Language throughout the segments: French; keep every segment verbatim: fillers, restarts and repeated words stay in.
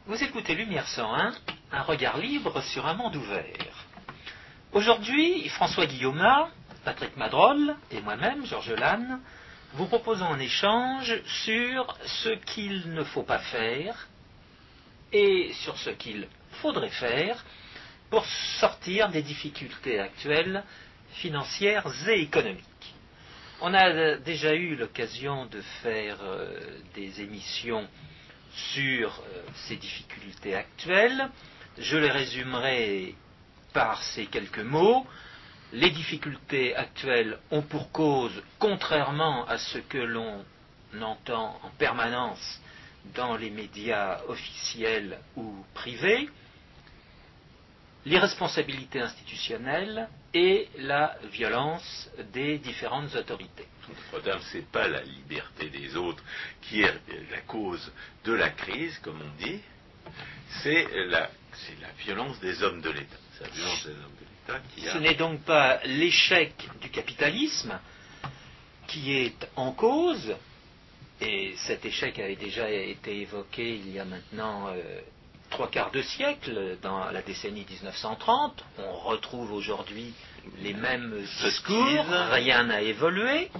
Vous écoutez Lumière cent un, un regard libre sur un monde ouvert. Aujourd'hui, François Guillaumat, Patrick Madrol et moi-même, Georges Lannes, vous proposons un échange sur ce qu'il ne faut pas faire et sur ce qu'il faudrait faire pour sortir des difficultés actuelles financières et économiques. On a déjà eu l'occasion de faire euh, des émissions sur euh, ces difficultés actuelles. Je les résumerai par ces quelques mots. Les difficultés actuelles ont pour cause, contrairement à ce que l'on entend en permanence dans les médias officiels ou privés, l'irresponsabilité institutionnelle et la violence des différentes autorités. Le problème, ce n'est pas la liberté des autres qui est la cause de la crise, comme on dit, c'est la, c'est la violence des hommes de l'État. C'est la violence des hommes de l'État qui a... Ce n'est donc pas l'échec du capitalisme qui est en cause, et cet échec avait déjà été évoqué il y a maintenant euh, trois quarts de siècle, dans la décennie dix-neuf cent trente. On retrouve aujourd'hui les mêmes discours, rien n'a évolué.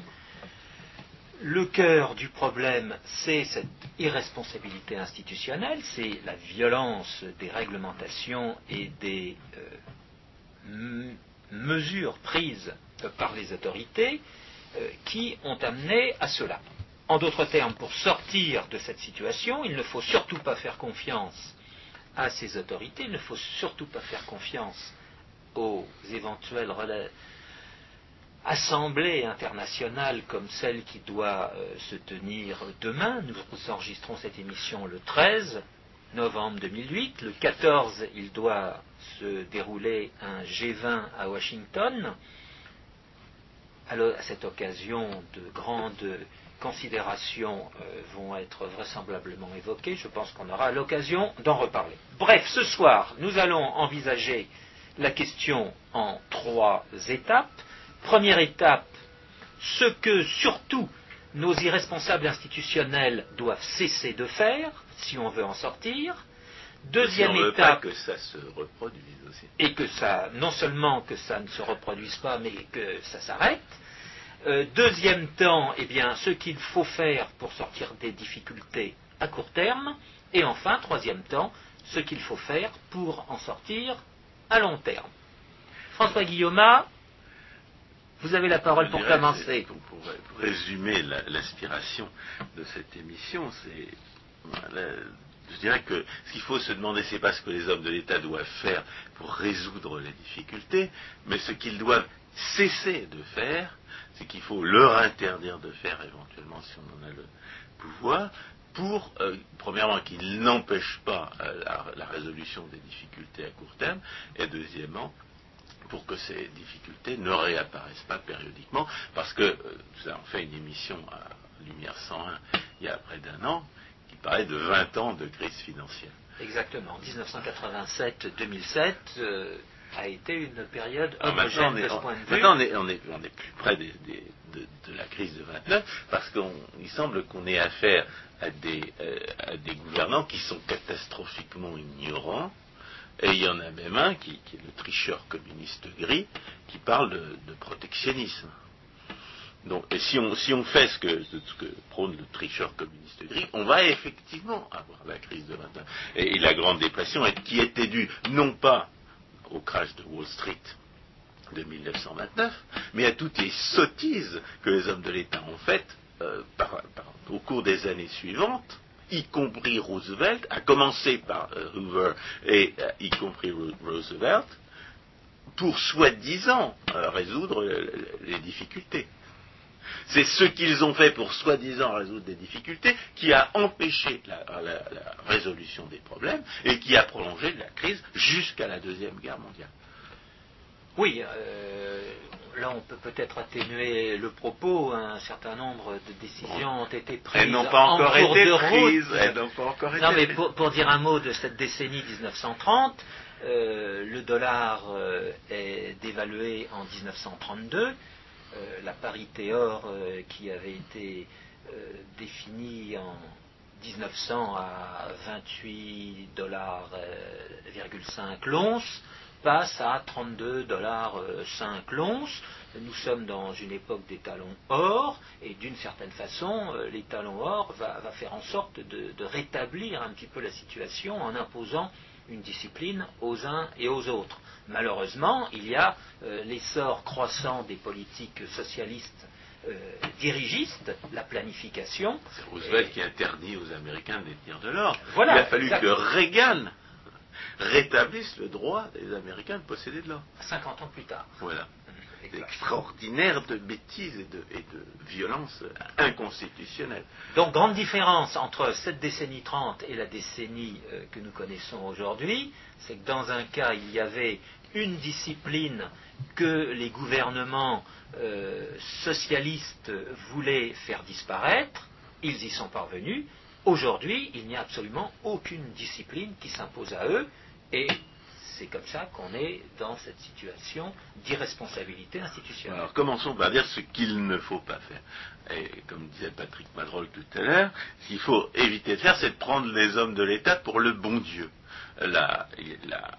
Le cœur du problème, c'est cette irresponsabilité institutionnelle, c'est la violence des réglementations et des euh, m- mesures prises par les autorités euh, qui ont amené à cela. En d'autres termes, pour sortir de cette situation, il ne faut surtout pas faire confiance à ces autorités, il ne faut surtout pas faire confiance aux éventuelles relais assemblée internationale comme celle qui doit euh, se tenir demain. Nous enregistrons cette émission le treize novembre deux mille huit. Le quatorze, il doit se dérouler un G vingt à Washington. Alors, à cette occasion, de grandes considérations euh, vont être vraisemblablement évoquées. Je pense qu'on aura l'occasion d'en reparler. Bref, ce soir, nous allons envisager la question en trois étapes. Première étape, ce que surtout nos irresponsables institutionnels doivent cesser de faire, si on veut en sortir. Deuxième si on étape, veut pas que ça se reproduise aussi. Et que ça, non seulement que ça ne se reproduise pas, mais que ça s'arrête. Euh, deuxième temps, eh bien, ce qu'il faut faire pour sortir des difficultés à court terme. Et enfin, troisième temps, ce qu'il faut faire pour en sortir à long terme. François Guillaumat, vous avez la parole pour commencer. Pour, pour, pour résumer la, l'inspiration de cette émission, c'est, voilà, je dirais que ce qu'il faut se demander, c'est pas ce que les hommes de l'État doivent faire pour résoudre les difficultés, mais ce qu'ils doivent cesser de faire, c'est qu'il faut leur interdire de faire, éventuellement, si on en a le pouvoir, pour, euh, premièrement, qu'ils n'empêchent pas euh, la, la résolution des difficultés à court terme, et deuxièmement, pour que ces difficultés ne réapparaissent pas périodiquement, parce que, euh, nous avons fait une émission à Lumière cent un il y a près d'un an, qui parlait de vingt ans de crise financière. Exactement, dix-neuf cent quatre-vingt-sept deux mille sept euh, a été une période Alors homogène maintenant, de ce on est, point de vue. maintenant on est, on est, on est plus près des, des, de, de la crise de vingt-neuf, parce qu'il semble qu'on ait affaire à des, euh, à des gouvernants qui sont catastrophiquement ignorants. Et il y en a même un, qui, qui est le tricheur communiste gris, qui parle de, de protectionnisme. Donc, et si on, si on fait ce que, ce que prône le tricheur communiste gris, on va effectivement avoir la crise de vingt-neuf. Et, et la Grande Dépression, qui était due non pas au crash de Wall Street de mille neuf cent vingt-neuf, mais à toutes les sottises que les hommes de l'État ont faites euh, par, par, au cours des années suivantes, y compris Roosevelt, à commencer par euh, Hoover et euh, y compris Ro- Roosevelt, pour soi-disant euh, résoudre euh, les difficultés. C'est ce qu'ils ont fait pour soi-disant résoudre des difficultés qui a empêché la, la, la résolution des problèmes et qui a prolongé la crise jusqu'à la Deuxième Guerre mondiale. Oui, euh, là on peut peut-être atténuer le propos. Un certain nombre de décisions ont été prises Elles n'ont pas encore en cours été de prises. route. Elles n'ont pas encore été Non, mais prises. pour, pour dire un mot de cette décennie dix-neuf cent trente, euh, le dollar euh, est dévalué en dix-neuf cent trente-deux. Euh, la parité or euh, qui avait été euh, définie en dix-neuf cents à vingt-huit dollars virgule cinq l'once, passe à trente-deux dollars cinq l'once. Nous sommes dans une époque des talons or, et d'une certaine façon, les talons or va, va faire en sorte de, de rétablir un petit peu la situation en imposant une discipline aux uns et aux autres. Malheureusement, il y a euh, l'essor croissant des politiques socialistes euh, dirigistes, la planification. C'est Roosevelt et... qui interdit aux Américains de détenir de l'or. Voilà, il a fallu exactement. que Reagan rétablisse le droit des Américains de posséder de l'or. cinquante ans plus tard. Voilà. C'est extraordinaire de bêtises et de, et de violences inconstitutionnelles. Donc, grande différence entre cette décennie trente et la décennie euh, que nous connaissons aujourd'hui, c'est que dans un cas, il y avait une discipline que les gouvernements euh, socialistes voulaient faire disparaître, ils y sont parvenus. Aujourd'hui, il n'y a absolument aucune discipline qui s'impose à eux, et c'est comme ça qu'on est dans cette situation d'irresponsabilité institutionnelle. Alors commençons par dire ce qu'il ne faut pas faire. Et comme disait Patrick Madrol tout à l'heure, ce qu'il faut éviter de faire, c'est de prendre les hommes de l'État pour le bon Dieu. La, la,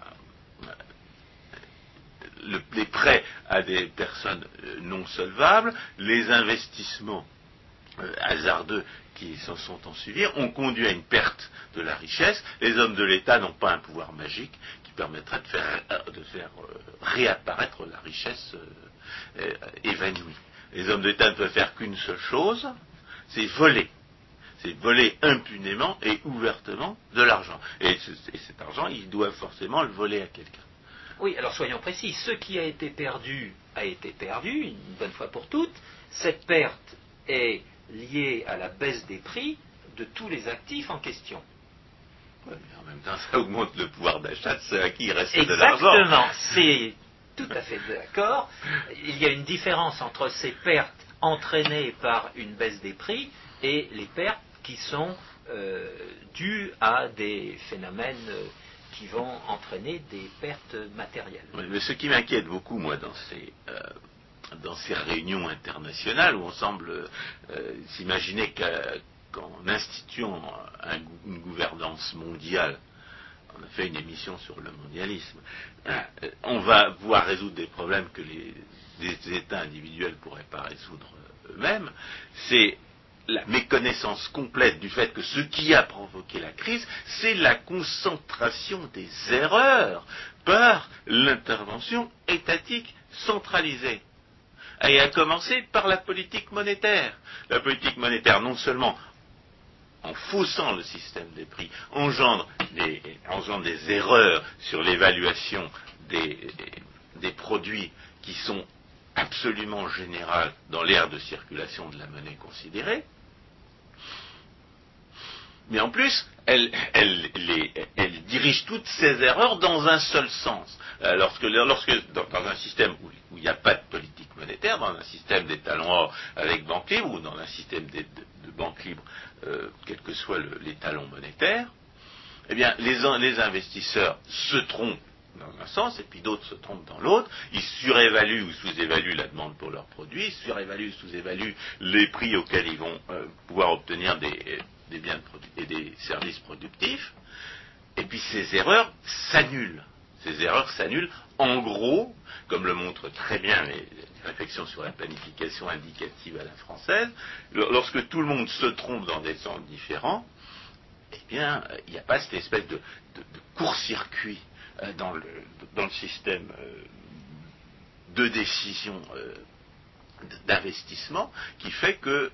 le, les prêts à des personnes non solvables, les investissements euh, hasardeux qui s'en sont ensuivis, ont conduit à une perte de la richesse. Les hommes de l'État n'ont pas un pouvoir magique qui permettrait de faire, de faire euh, réapparaître la richesse euh, euh, évanouie. Les hommes de l'État ne peuvent faire qu'une seule chose, c'est voler. C'est voler impunément et ouvertement de l'argent. Et, ce, et cet argent, ils doivent forcément le voler à quelqu'un. Oui, alors soyons précis. Ce qui a été perdu a été perdu, une bonne fois pour toutes. Cette perte est liée à la baisse des prix de tous les actifs en question. Ouais, mais en même temps, ça augmente le pouvoir d'achat de ceux à qui il reste de l'argent. Exactement, c'est tout à fait d'accord. Il y a une différence entre ces pertes entraînées par une baisse des prix et les pertes qui sont euh, dues à des phénomènes euh, qui vont entraîner des pertes matérielles. Oui, mais ce qui m'inquiète beaucoup, moi, dans ces, euh, dans ces réunions internationales où on semble euh, s'imaginer qu'en instituant un, une gouvernance mondiale, on a fait une émission sur le mondialisme, euh, on va pouvoir résoudre des problèmes que les, les États individuels ne pourraient pas résoudre eux-mêmes, c'est la méconnaissance complète du fait que ce qui a provoqué la crise, c'est la concentration des erreurs par l'intervention étatique centralisée. Et à commencer par la politique monétaire. La politique monétaire, non seulement en faussant le système des prix, engendre des, engendre des erreurs sur l'évaluation des, des produits qui sont absolument générales dans l'ère de circulation de la monnaie considérée, mais en plus, elle, elle, les, elle dirige toutes ces erreurs dans un seul sens. Euh, lorsque, lorsque dans, dans un système où, où il n'y a pas de politique monétaire, dans un système des talons or avec banque libre, ou dans un système de, de, de banque libre, euh, quels que soient le, les talons monétaires, eh bien, les, les investisseurs se trompent dans un sens, et puis d'autres se trompent dans l'autre. Ils surévaluent ou sous-évaluent la demande pour leurs produits, ils surévaluent ou sous-évaluent les prix auxquels ils vont euh, pouvoir obtenir des... des biens et des services productifs, et puis ces erreurs s'annulent. Ces erreurs s'annulent, en gros, comme le montrent très bien les réflexions sur la planification indicative à la française, lorsque tout le monde se trompe dans des sens différents, eh bien, il n'y a pas cette espèce de, de, de court-circuit dans le, dans le système de décision d'investissement qui fait que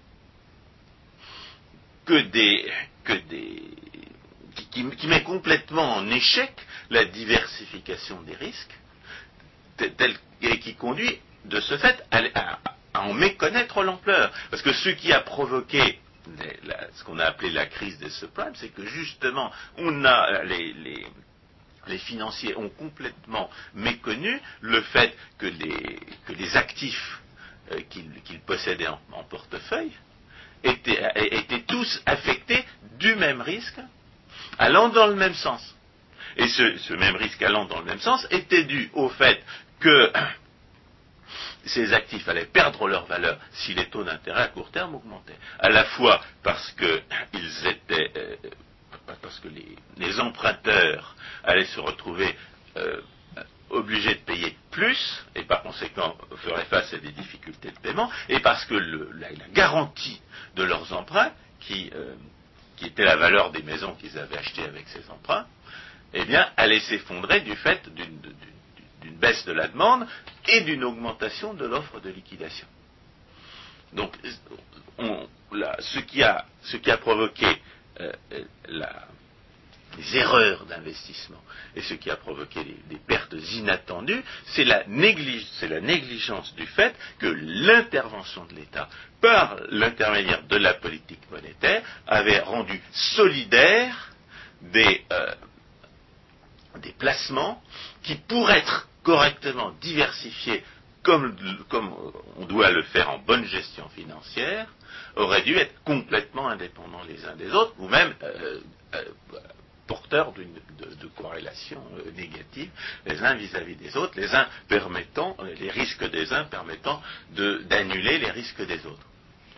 que des, que des qui, qui met complètement en échec la diversification des risques, tel, et qui conduit de ce fait à, à, à en méconnaître l'ampleur. Parce que ce qui a provoqué les, la, ce qu'on a appelé la crise des subprimes, c'est que justement, on a les, les, les financiers ont complètement méconnu le fait que les, que les actifs euh, qu'ils, qu'ils possédaient en, en portefeuille Étaient, étaient tous affectés du même risque, allant dans le même sens. Et ce, ce même risque allant dans le même sens était dû au fait que ces actifs allaient perdre leur valeur si les taux d'intérêt à court terme augmentaient. À la fois parce que ils étaient, euh, parce que les, les emprunteurs allaient se retrouver euh, obligés de payer plus et par conséquent feraient face à des difficultés de paiement, et parce que le, la, la garantie de leurs emprunts, qui, euh, qui était la valeur des maisons qu'ils avaient achetées avec ces emprunts, eh bien, allait s'effondrer du fait d'une, d'une, d'une baisse de la demande et d'une augmentation de l'offre de liquidation. Donc, on, la, ce, qui a, ce qui a provoqué euh, la, les erreurs d'investissement et ce qui a provoqué les, les pertes inattendues, c'est la, néglige, c'est la négligence du fait que l'intervention de l'État, par l'intermédiaire de la politique monétaire, avait rendu solidaires des, euh, des placements qui, pour être correctement diversifiés comme, comme on doit le faire en bonne gestion financière, auraient dû être complètement indépendants les uns des autres, ou même euh, euh, porteurs d'une, de, de corrélation euh, négative les uns vis-à-vis des autres, les uns permettant, euh, les risques des uns permettant de, d'annuler les risques des autres.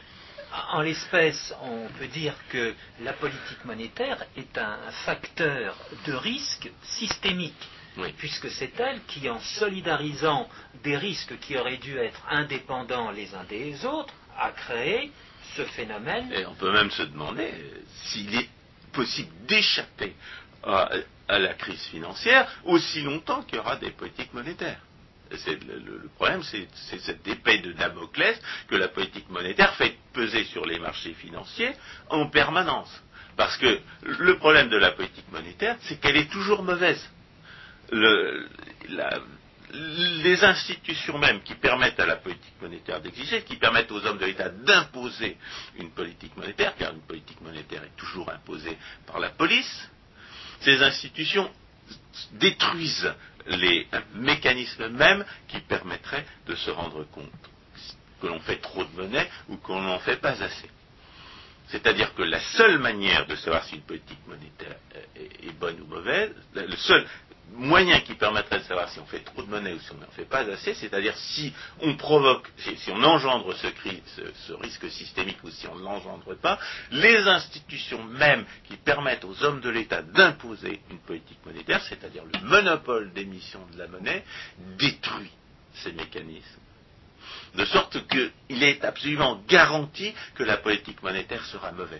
En l'espèce, on peut dire que la politique monétaire est un facteur de risque systémique, oui, puisque c'est elle qui, en solidarisant des risques qui auraient dû être indépendants les uns des autres, a créé ce phénomène. Et on peut même se demander s'il est possible d'échapper à, à la crise financière aussi longtemps qu'il y aura des politiques monétaires. C'est le, le, le problème, c'est, c'est cette épée de Damoclès que la politique monétaire fait peser sur les marchés financiers en permanence. Parce que le problème de la politique monétaire, c'est qu'elle est toujours mauvaise. Le, la, les institutions même qui permettent à la politique monétaire d'exister, qui permettent aux hommes de l'État d'imposer une politique monétaire, car une politique monétaire est toujours imposée par la police, ces institutions détruisent les mécanismes mêmes qui permettraient de se rendre compte que l'on fait trop de monnaie ou qu'on n'en fait pas assez. C'est-à-dire que la seule manière de savoir si une politique monétaire est, est bonne ou mauvaise, le seul moyen qui permettrait de savoir si on fait trop de monnaie ou si on n'en fait pas assez, c'est-à-dire si on provoque, si, si on engendre ce, ce, ce risque systémique ou si on ne l'engendre pas, les institutions mêmes qui permettent aux hommes de l'État d'imposer une politique monétaire, c'est-à-dire le monopole d'émission de la monnaie, détruit ces mécanismes. De sorte qu'il est absolument garanti que la politique monétaire sera mauvaise.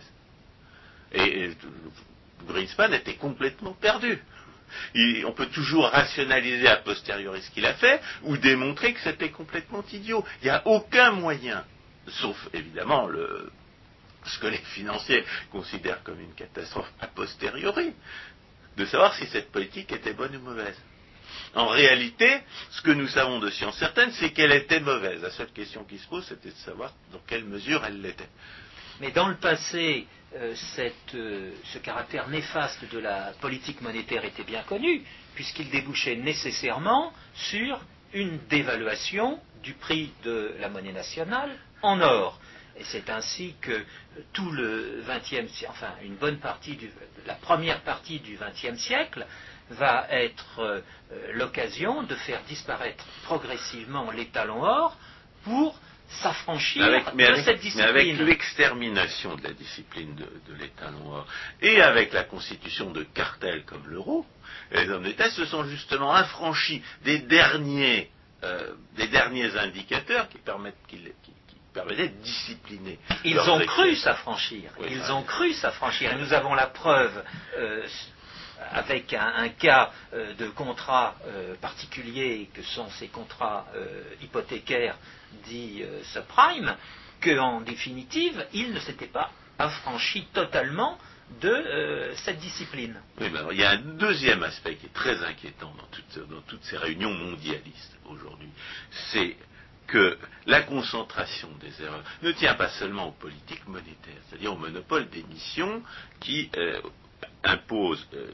Et, et Greenspan était complètement perdu. Il, on peut toujours rationaliser a posteriori ce qu'il a fait ou démontrer que c'était complètement idiot. Il n'y a aucun moyen, sauf évidemment le, ce que les financiers considèrent comme une catastrophe a posteriori, de savoir si cette politique était bonne ou mauvaise. En réalité, ce que nous savons de science certaine, c'est qu'elle était mauvaise. La seule question qui se pose, c'était de savoir dans quelle mesure elle l'était. Mais dans le passé, euh, cette, euh, ce caractère néfaste de la politique monétaire était bien connu, puisqu'il débouchait nécessairement sur une dévaluation du prix de la monnaie nationale en or. Et c'est ainsi que tout le vingtième siècle, enfin une bonne partie, du, la première partie du vingtième siècle, va être euh, l'occasion de faire disparaître progressivement les talons or pour s'affranchir avec, de avec, cette discipline. Mais avec l'extermination de la discipline de, de l'étalon or et avec la constitution de cartels comme l'euro, les hommes d'État se sont justement affranchis des derniers, euh, des derniers indicateurs qui permettent qu'ils, qui, qui permettaient de discipliner. Ils ont cru s'affranchir. Oui, Ils ouais. ont cru s'affranchir. Et nous avons la preuve. Euh, avec un, un cas euh, de contrat euh, particulier que sont ces contrats euh, hypothécaires dits euh, subprime, qu'en définitive, ils ne s'étaient pas affranchis totalement de euh, cette discipline. Oui, ben alors, il y a un deuxième aspect qui est très inquiétant dans toutes, dans toutes ces réunions mondialistes aujourd'hui, c'est que la concentration des erreurs ne tient pas seulement aux politiques monétaires, c'est-à-dire au monopole d'émission qui euh, impose euh,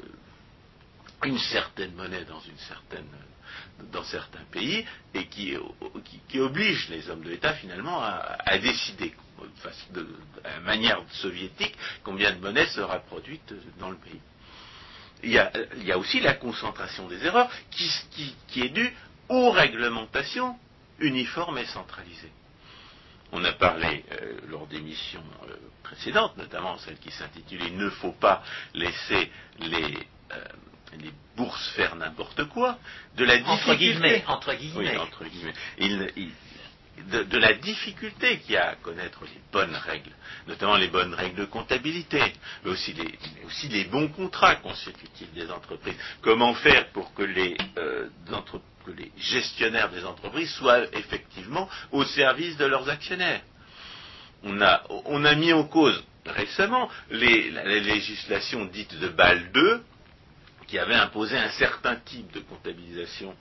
une certaine monnaie dans une certaine dans certains pays et qui, qui, qui oblige les hommes de l'État finalement à, à décider de, de, de la manière soviétique combien de monnaie sera produite dans le pays. Il y a, il y a aussi la concentration des erreurs qui, qui, qui est due aux réglementations uniforme et centralisé. On a parlé euh, lors d'émissions euh, précédentes, notamment celle qui s'intitulait « Il ne faut pas laisser les, euh, les bourses faire n'importe quoi », de la difficulté... Entre guillemets. Entre guillemets. Oui, entre guillemets. Il, il, de, de la difficulté qu'il y a à connaître les bonnes règles, notamment les bonnes règles de comptabilité, mais aussi les, mais aussi les bons contrats constitutifs des entreprises. Comment faire pour que les, euh, entre, que les gestionnaires des entreprises soient effectivement au service de leurs actionnaires. On a, on a mis en cause récemment les, la, la législation dite de Bâle deux, qui avait imposé un certain type de comptabilisation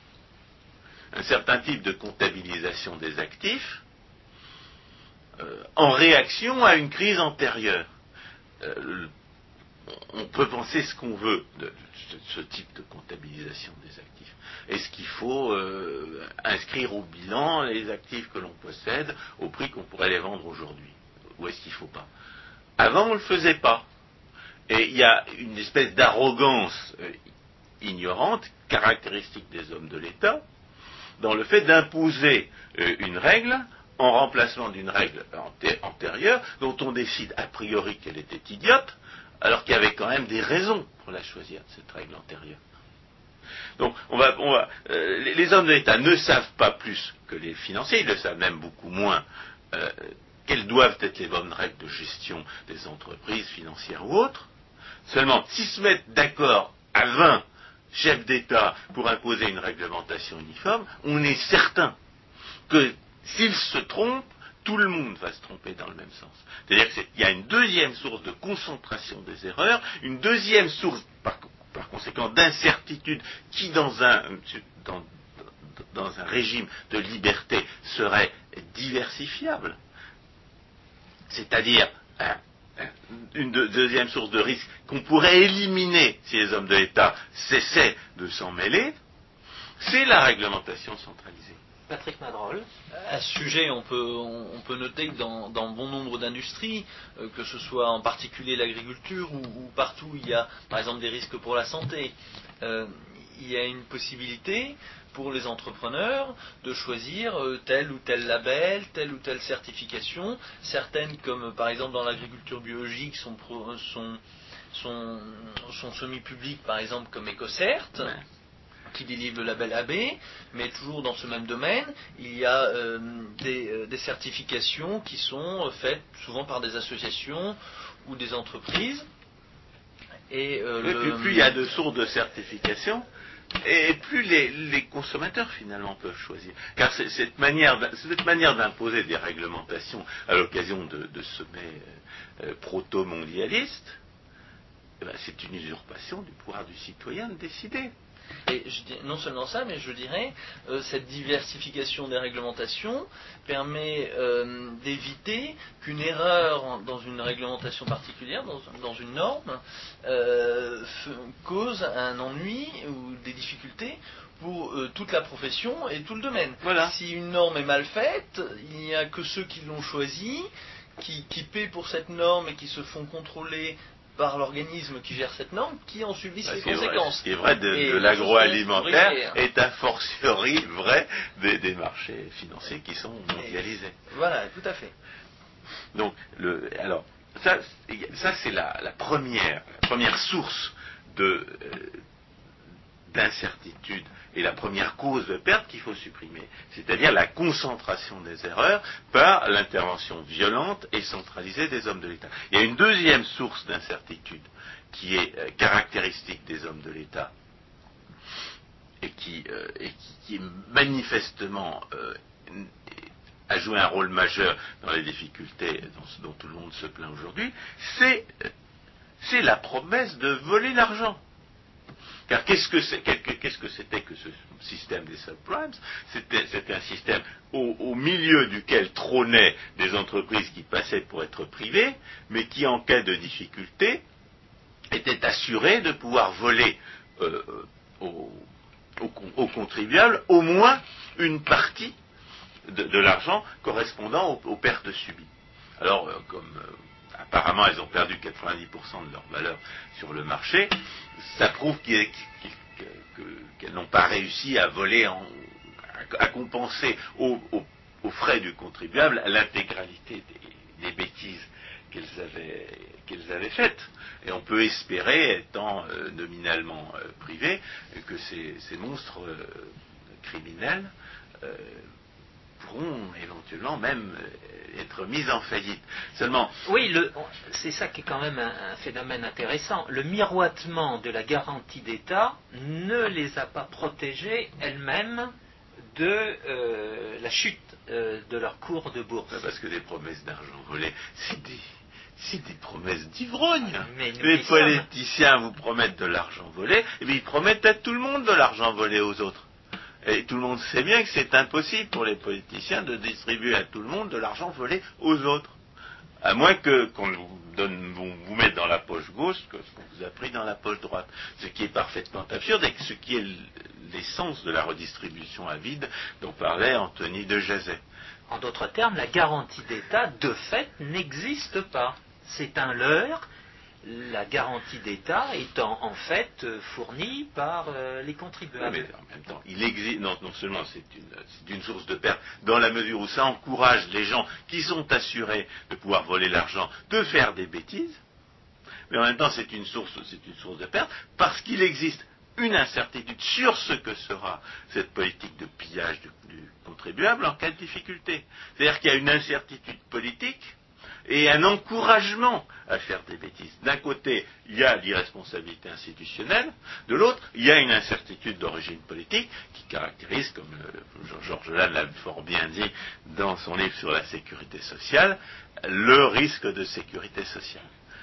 un certain type de comptabilisation des actifs euh, en réaction à une crise antérieure. Euh, on peut penser ce qu'on veut de ce type de comptabilisation des actifs. Est-ce qu'il faut euh, inscrire au bilan les actifs que l'on possède au prix qu'on pourrait les vendre aujourd'hui? Ou est-ce qu'il ne faut pas? Avant, on ne le faisait pas. Et il y a une espèce d'arrogance euh, ignorante, caractéristique des hommes de l'État, dans le fait d'imposer euh, une règle en remplacement d'une règle anté- antérieure dont on décide a priori qu'elle était idiote, alors qu'il y avait quand même des raisons pour la choisir, cette règle antérieure. Donc, on va, on va, euh, les, les hommes de l'État ne savent pas plus que les financiers, ils le savent même beaucoup moins, euh, quelles doivent être les bonnes règles de gestion des entreprises financières ou autres. Seulement, s'ils se mettent d'accord à vingt chefs d'État pour imposer une réglementation uniforme, on est certain que s'ils se trompent, tout le monde va se tromper dans le même sens. C'est-à-dire qu'il y a une deuxième source de concentration des erreurs, une deuxième source, par, par conséquent, d'incertitude qui, dans un, dans, dans un régime de liberté, serait diversifiable. C'est-à-dire un, une de, deuxième source de risque qu'on pourrait éliminer si les hommes de l'État cessaient de s'en mêler, c'est la réglementation centralisée. Patrick Madrol. À ce sujet, on peut, on, on peut noter que dans, dans bon nombre d'industries, euh, que ce soit en particulier l'agriculture ou, ou partout il y a par exemple des risques pour la santé, euh, il y a une possibilité pour les entrepreneurs de choisir euh, tel ou tel label, telle ou telle certification. Certaines, comme par exemple dans l'agriculture biologique, sont, pro, sont, sont, sont semi-publiques, par exemple comme EcoCert, ouais, qui délivre le label A B, mais toujours dans ce même domaine, il y a euh, des, euh, des certifications qui sont faites souvent par des associations ou des entreprises. Et, euh, et le... puis plus il y a de sources de certification, et plus les, les consommateurs finalement peuvent choisir. Car c'est, cette manière, cette manière d'imposer des réglementations à l'occasion de, de sommets euh, proto-mondialistes, eh ben, c'est une usurpation du pouvoir du citoyen de décider. Et je dis, non seulement ça, mais je dirais, euh, cette diversification des réglementations permet euh, d'éviter qu'une erreur dans une réglementation particulière, dans, dans une norme, euh, f- cause un ennui ou des difficultés pour euh, toute la profession et tout le domaine. Voilà. Si une norme est mal faite, il n'y a que ceux qui l'ont choisie, qui, qui paient pour cette norme et qui se font contrôler par l'organisme qui gère cette norme, qui en subissent les conséquences. Ce qui est vrai de, de l'agroalimentaire est a fortiori vrai des, des marchés financiers qui sont mondialisés. Et voilà, tout à fait. Donc, le, alors, ça, ça c'est la, la, première, la première source de, euh, d'incertitude et la première cause de perte qu'il faut supprimer, c'est-à-dire la concentration des erreurs par l'intervention violente et centralisée des hommes de l'État. Il y a une deuxième source d'incertitude qui est euh, caractéristique des hommes de l'État et qui, euh, et qui, qui est manifestement euh, a joué un rôle majeur dans les difficultés dont, dont tout le monde se plaint aujourd'hui, c'est, c'est la promesse de voler l'argent. Car qu'est-ce que, c'est, qu'est-ce que c'était que ce système des subprimes? C'était, c'était un système au, au milieu duquel trônaient des entreprises qui passaient pour être privées, mais qui, en cas de difficulté, étaient assurées de pouvoir voler euh, aux, aux, aux contribuables au moins une partie de, de l'argent correspondant aux, aux pertes subies. Alors, euh, comme... Euh, apparemment, elles ont perdu quatre-vingt-dix pour cent de leur valeur sur le marché. Ça prouve qu'elles, qu'elles n'ont pas réussi à voler en, à, à compenser aux, aux, aux frais du contribuable l'intégralité des, des bêtises qu'elles avaient, qu'elles avaient faites. Et on peut espérer, étant euh, nominalement euh, privé, que ces, ces monstres euh, criminels euh, pourront éventuellement même euh, être mis en faillite. Seulement... Oui, le, c'est ça qui est quand même un, un phénomène intéressant. Le miroitement de la garantie d'État ne les a pas protégés elles-mêmes de euh, la chute euh, de leur cours de bourse. Parce que des promesses d'argent volé, c'est des... C'est des promesses d'ivrogne. Mais les politiciens vous promettent de l'argent volé, et bien ils promettent à tout le monde de l'argent volé aux autres. Et tout le monde sait bien que c'est impossible pour les politiciens de distribuer à tout le monde de l'argent volé aux autres. À moins que, qu'on vous, donne, vous, vous mette dans la poche gauche que ce qu'on vous a pris dans la poche droite. Ce qui est parfaitement absurde et ce qui est l'essence de la redistribution à vide dont parlait Anthony de Jazet. En d'autres termes, la garantie d'État, de fait, n'existe pas. C'est un leurre, la garantie d'État étant en fait fournie par euh, les contribuables. Oui, mais en même temps, il existe, non, non seulement c'est une, c'est une source de perte, dans la mesure où ça encourage les gens qui sont assurés de pouvoir voler l'argent de faire des bêtises, mais en même temps c'est une source, c'est une source de perte, parce qu'il existe une incertitude sur ce que sera cette politique de pillage du, du contribuable en cas de difficulté. C'est-à-dire qu'il y a une incertitude politique et un encouragement à faire des bêtises. D'un côté, il y a l'irresponsabilité institutionnelle, de l'autre, il y a une incertitude d'origine politique qui caractérise, comme euh, Georges Lannes l'a fort bien dit dans son livre sur la sécurité sociale, le risque de sécurité sociale.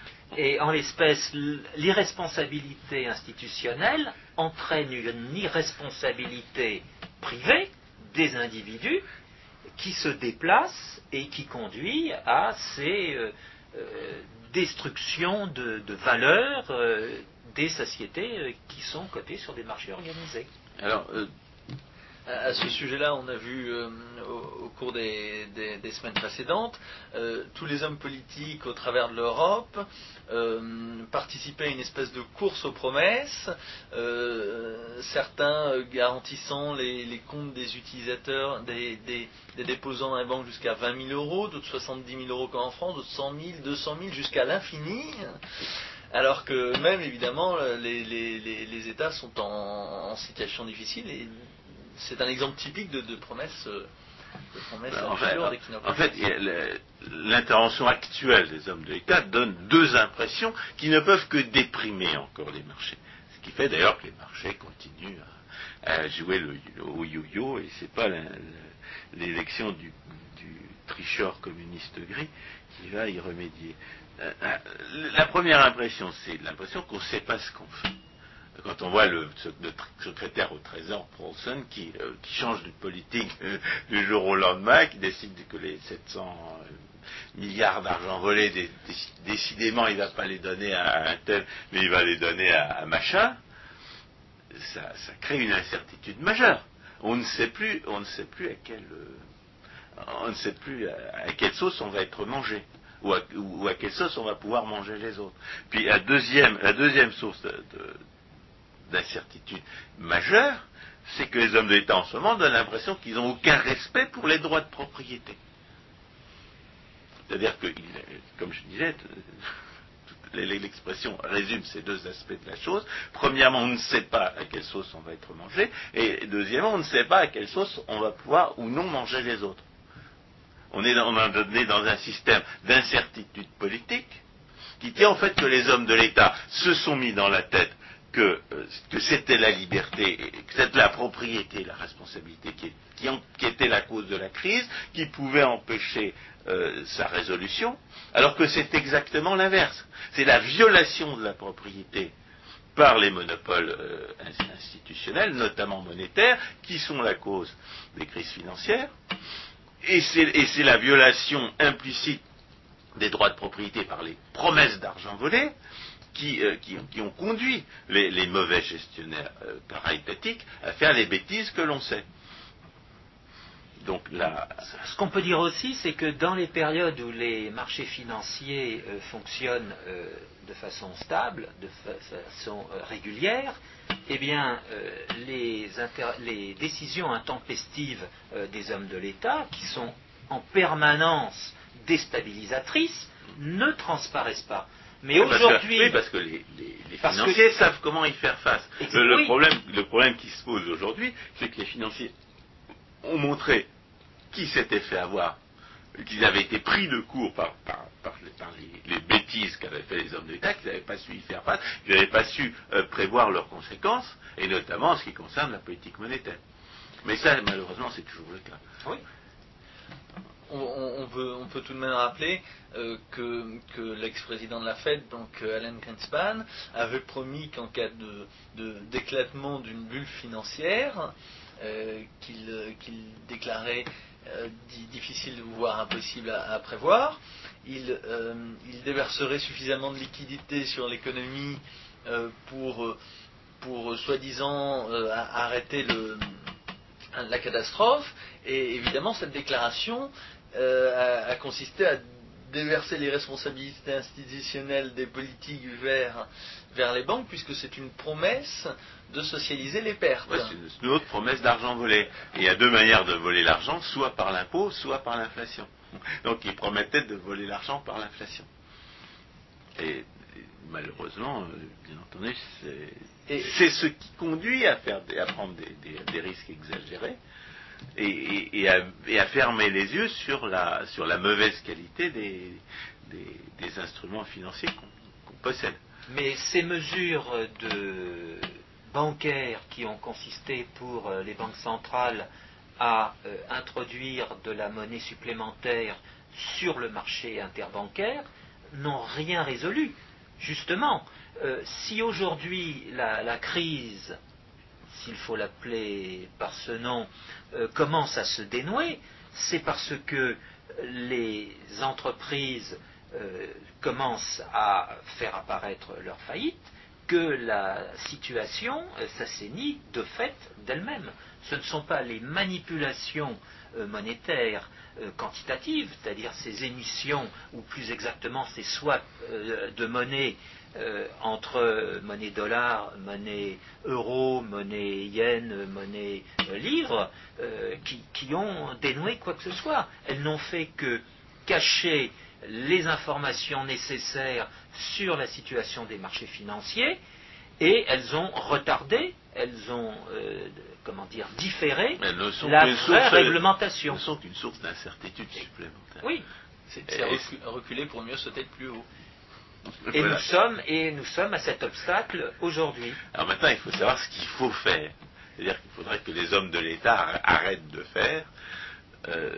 Et en l'espèce, l'irresponsabilité institutionnelle entraîne une irresponsabilité privée des individus qui se déplacent et qui conduit à ces euh, euh, destructions de, de valeurs euh, des sociétés euh, qui sont cotées sur des marchés organisés. Alors, euh, à ce sujet-là, on a vu euh, au, au cours des, des, des semaines précédentes, euh, tous les hommes politiques au travers de l'Europe euh, participaient à une espèce de course aux promesses, euh, certains garantissant les, les comptes des utilisateurs, des, des, des déposants dans les banques jusqu'à vingt mille euros, d'autres soixante-dix mille euros comme en France, d'autres cent mille, deux cent mille, jusqu'à l'infini. Alors que même, évidemment, les, les, les, les États sont en, en situation difficile et c'est un exemple typique de, de promesses, de promesses en fait, lourdes et qui n'ont pas en fait l'intervention actuelle des hommes de l'État donne deux impressions qui ne peuvent que déprimer encore les marchés. Ce qui fait d'ailleurs que les marchés continuent à, à jouer le, au yo-yo, et c'est pas la, la, l'élection du, du tricheur communiste gris qui va y remédier. La première impression, c'est l'impression qu'on ne sait pas ce qu'on fait. Quand on voit le, le secrétaire au Trésor, Paulson, qui, euh, qui change de politique euh, du jour au lendemain, qui décide que les sept cents euh, milliards d'argent volés, dé, dé, décidément, il ne va pas les donner à un tel, mais il va les donner à, à machin, ça, ça crée une incertitude majeure. On ne sait plus, on ne sait plus à quelle, euh, on ne sait plus à, à quelle sauce on va être mangé. Ou à, ou à quelle sauce on va pouvoir manger les autres. Puis la deuxième, la deuxième source de, de, d'incertitude majeure, c'est que les hommes de l'État en ce moment donnent l'impression qu'ils n'ont aucun respect pour les droits de propriété. C'est-à-dire que, comme je disais, l'expression résume ces deux aspects de la chose. Premièrement, on ne sait pas à quelle sauce on va être mangé, et deuxièmement, on ne sait pas à quelle sauce on va pouvoir ou non manger les autres. On est dans, on est dans un système d'incertitude politique qui tient au fait que les hommes de l'État se sont mis dans la tête que, euh, que c'était la liberté, que c'était la propriété, la responsabilité qui, qui, en, qui était la cause de la crise, qui pouvait empêcher euh, sa résolution, alors que c'est exactement l'inverse. C'est la violation de la propriété par les monopoles euh, institutionnels, notamment monétaires, qui sont la cause des crises financières. Et c'est, et c'est la violation implicite des droits de propriété par les promesses d'argent volé qui, euh, qui, qui ont conduit les, les mauvais gestionnaires euh, para-étatiques à faire les bêtises que l'on sait. donc là, ce qu'on peut dire aussi, c'est que dans les périodes où les marchés financiers euh, fonctionnent euh, de façon stable, de fa- façon euh, régulière, eh bien, euh, les, inter- les décisions intempestives euh, des hommes de l'État, qui sont en permanence déstabilisatrices, ne transparaissent pas. Mais oui, aujourd'hui, parce que, oui, parce que les, les, les parce financiers que, savent comment y faire face. Le, le oui. problème, le problème qui se pose aujourd'hui, c'est que les financiers ont montré qui s'était fait avoir, qu'ils avaient été pris de court par, par, par, les, par les, les bêtises qu'avaient fait les hommes d'État, qu'ils n'avaient pas su y faire face, qu'ils n'avaient pas su euh, prévoir leurs conséquences, et notamment en ce qui concerne la politique monétaire. Mais ça, malheureusement, c'est toujours le cas. Oui. On, on, on, peut, on peut tout de même rappeler euh, que, que l'ex-président de la Fed, donc euh, Alan Greenspan, avait promis qu'en cas de, de, d'éclatement d'une bulle financière, euh, qu'il, euh, qu'il déclarait euh, di- difficile voire impossible à, à prévoir, il, euh, il déverserait suffisamment de liquidités sur l'économie euh, pour, pour euh, soi-disant euh, arrêter le, la catastrophe. Et évidemment, cette déclaration euh, a, a consisté à déverser les responsabilités institutionnelles des politiques vers, vers les banques, puisque c'est une promesse de socialiser les pertes. Ouais, c'est une autre promesse d'argent volé. Et il y a deux manières de voler l'argent, soit par l'impôt, soit par l'inflation. Donc il promettait de voler l'argent par l'inflation. Et, et malheureusement, euh, bien entendu, c'est, et, c'est ce qui conduit à, faire, à prendre des, des, des risques exagérés. Et, et, et, à, et à fermer les yeux sur la, sur la mauvaise qualité des, des, des instruments financiers qu'on, qu'on possède. Mais ces mesures de bancaires qui ont consisté pour les banques centrales à euh, introduire de la monnaie supplémentaire sur le marché interbancaire n'ont rien résolu. Justement, euh, si aujourd'hui la, la crise, s'il faut l'appeler par ce nom, euh, commence à se dénouer, c'est parce que les entreprises euh, commencent à faire apparaître leur faillite, que la situation euh, s'assainit de fait d'elle-même. Ce ne sont pas les manipulations euh, monétaires euh, quantitatives, c'est-à-dire ces émissions, ou plus exactement ces swaps euh, de monnaie Euh, entre monnaie dollar, monnaie euro, monnaie yen, monnaie euh, livre, euh, qui, qui ont dénoué quoi que ce soit. Elles n'ont fait que cacher les informations nécessaires sur la situation des marchés financiers, et elles ont retardé, elles ont, euh, comment dire, différé la vraie source, réglementation. Elles ne sont qu'une source d'incertitude supplémentaire. Oui. C'est, c'est recu- reculer pour mieux sauter de plus haut. Et, voilà. nous sommes, et nous sommes à cet obstacle aujourd'hui. Alors maintenant, il faut savoir ce qu'il faut faire. C'est-à-dire qu'il faudrait que les hommes de l'État arrêtent de faire. Euh,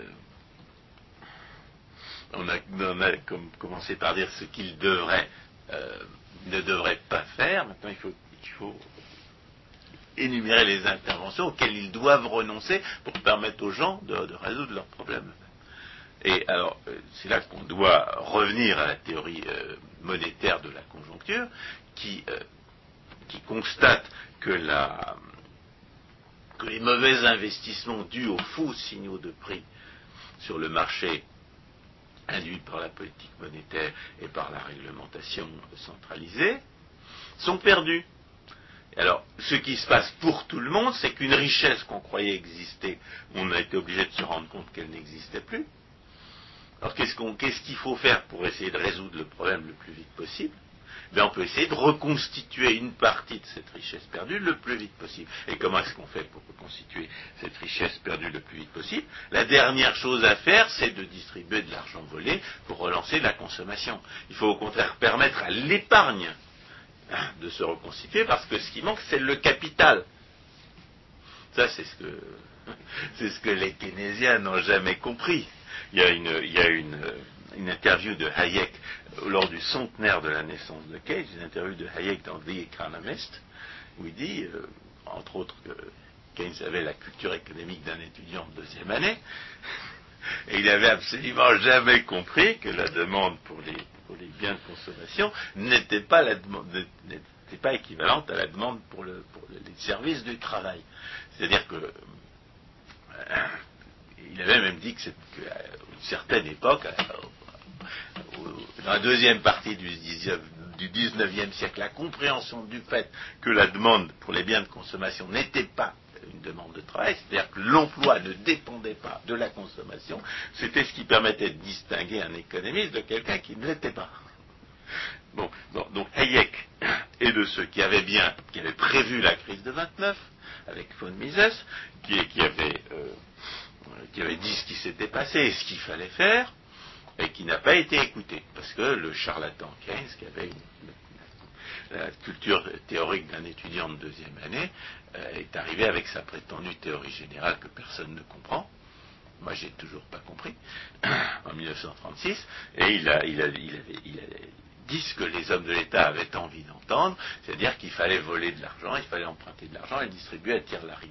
on a, on a comme, commencé par dire ce qu'ils devraient, euh, ne devraient pas faire. Maintenant, il faut, il faut énumérer les interventions auxquelles ils doivent renoncer pour permettre aux gens de, de résoudre leurs problèmes. Et alors, c'est là qu'on doit revenir à la théorie euh, monétaire de la conjoncture, qui, euh, qui constate que, la, que les mauvais investissements dus aux faux signaux de prix sur le marché, induits par la politique monétaire et par la réglementation centralisée, sont perdus. Alors, ce qui se passe pour tout le monde, c'est qu'une richesse qu'on croyait exister, on a été obligé de se rendre compte qu'elle n'existait plus. Alors qu'est-ce, qu'on, qu'est-ce qu'il faut faire pour essayer de résoudre le problème le plus vite possible ? Ben, on peut essayer de reconstituer une partie de cette richesse perdue le plus vite possible. Et comment est-ce qu'on fait pour reconstituer cette richesse perdue le plus vite possible ? La dernière chose à faire, c'est de distribuer de l'argent volé pour relancer la consommation. Il faut au contraire permettre à l'épargne de se reconstituer, parce que ce qui manque, c'est le capital. Ça, c'est ce que, c'est ce que les keynésiens n'ont jamais compris. Il y a une, il y a une, une interview de Hayek lors du centenaire de la naissance de Keynes, une interview de Hayek dans The Economist, où il dit, euh, entre autres, que Keynes avait la culture économique d'un étudiant de deuxième année, et il n'avait absolument jamais compris que la demande pour les, pour les biens de consommation n'était pas, la demande, n'était pas équivalente à la demande pour, le, pour les services du travail. C'est-à-dire que euh, il avait même dit que c'est qu'à une certaine époque, dans la deuxième partie du dix-neuvième siècle, la compréhension du fait que la demande pour les biens de consommation n'était pas une demande de travail, c'est-à-dire que l'emploi ne dépendait pas de la consommation, c'était ce qui permettait de distinguer un économiste de quelqu'un qui ne l'était pas. Bon, bon, donc Hayek est de ceux qui avaient bien, qui avaient prévu la crise de vingt-neuf, avec von Mises, qui, qui, avait, euh, qui avait dit ce qui s'était passé et ce qu'il fallait faire, et qui n'a pas été écouté, parce que le charlatan Keynes, qui avait une, la culture théorique d'un étudiant de deuxième année, euh, est arrivé avec sa prétendue théorie générale que personne ne comprend. Moi, j'ai toujours pas compris, en mille neuf cent trente-six, et il a, il a, il avait, il a dit ce que les hommes de l'État avaient envie d'entendre, c'est-à-dire qu'il fallait voler de l'argent, il fallait emprunter de l'argent et le distribuer à tire-larigot.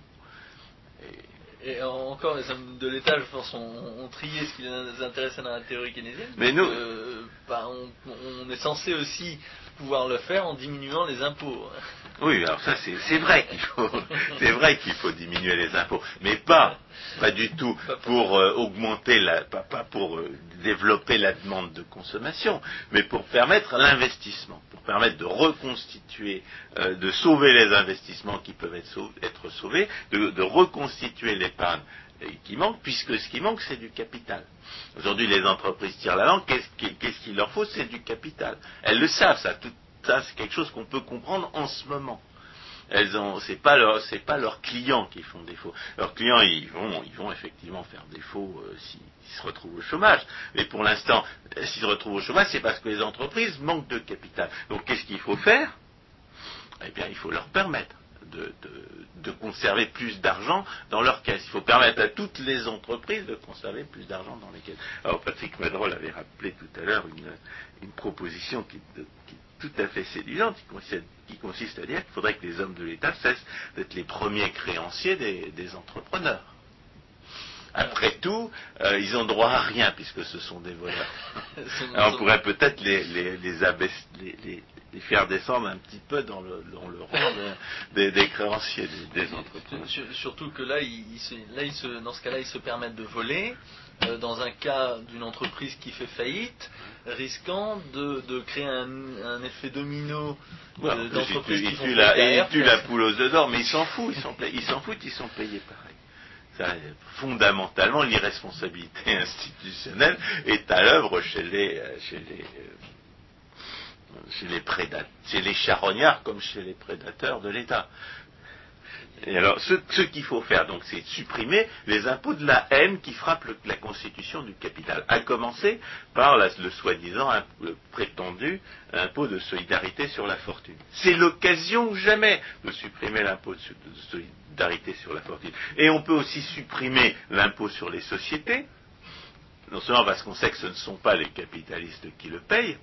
Et, et encore, les hommes de l'État, je pense, ont, ont trié ce qui les intéressait dans la théorie keynésienne. Mais nous, euh, bah, on, on est censé aussi pouvoir le faire en diminuant les impôts. Oui, alors ça c'est, c'est vrai qu'il faut, c'est vrai qu'il faut diminuer les impôts, mais pas, pas du tout pour euh, augmenter la, pas, pas pour euh, développer la demande de consommation, mais pour permettre l'investissement, pour permettre de reconstituer, euh, de sauver les investissements qui peuvent être, sau- être sauvés, de, de reconstituer l'épargne qui manque, puisque ce qui manque c'est du capital. Aujourd'hui les entreprises tirent la langue, qu'est-ce, qui, qu'est-ce qu'il leur faut? C'est du capital. Elles le savent, ça, tout, ça c'est quelque chose qu'on peut comprendre en ce moment. Elles ont, c'est pas leur, c'est pas leurs clients qui font défaut. Leurs clients, ils vont, ils vont effectivement faire défaut euh, s'ils, s'ils se retrouvent au chômage. Mais pour l'instant, s'ils se retrouvent au chômage, c'est parce que les entreprises manquent de capital. Donc, qu'est-ce qu'il faut faire? Eh bien, il faut leur permettre de, de, de conserver plus d'argent dans leur caisse. Il faut permettre à toutes les entreprises de conserver plus d'argent dans les caisses. Alors, Patrick Madrol avait rappelé tout à l'heure une, une proposition qui, qui tout à fait séduisante, qui consiste, qui consiste à dire qu'il faudrait que les hommes de l'État cessent d'être les premiers créanciers des, des entrepreneurs. Après tout, euh, ils ont droit à rien puisque ce sont des voleurs. Alors on pourrait peut-être les, les, les, abaisse, les, les, les faire descendre un petit peu dans le, dans le rang de, des, des créanciers des, des entrepreneurs. Surtout que là, ils, ils se, là ils se, dans ce cas-là, ils se permettent de voler. Euh, dans un cas d'une entreprise qui fait faillite, risquant de, de créer un, un effet domino ouais, euh, d'entreprises il qui tue font la, derrière, il tue la poule aux œufs d'or, mais ils s'en foutent, ils, sont, ils s'en foutent, ils sont payés pareil. Ça, fondamentalement, l'irresponsabilité institutionnelle est à l'œuvre chez les, chez les, chez les prédateurs, chez les charognards comme chez les prédateurs de l'État. Et alors, ce, ce qu'il faut faire, donc, c'est supprimer les impôts de la haine qui frappent le, la constitution du capital, à commencer par la, le soi-disant le prétendu impôt de solidarité sur la fortune. C'est l'occasion ou jamais de supprimer l'impôt de, de solidarité sur la fortune. Et on peut aussi supprimer l'impôt sur les sociétés, non seulement parce qu'on sait que ce ne sont pas les capitalistes qui le payent,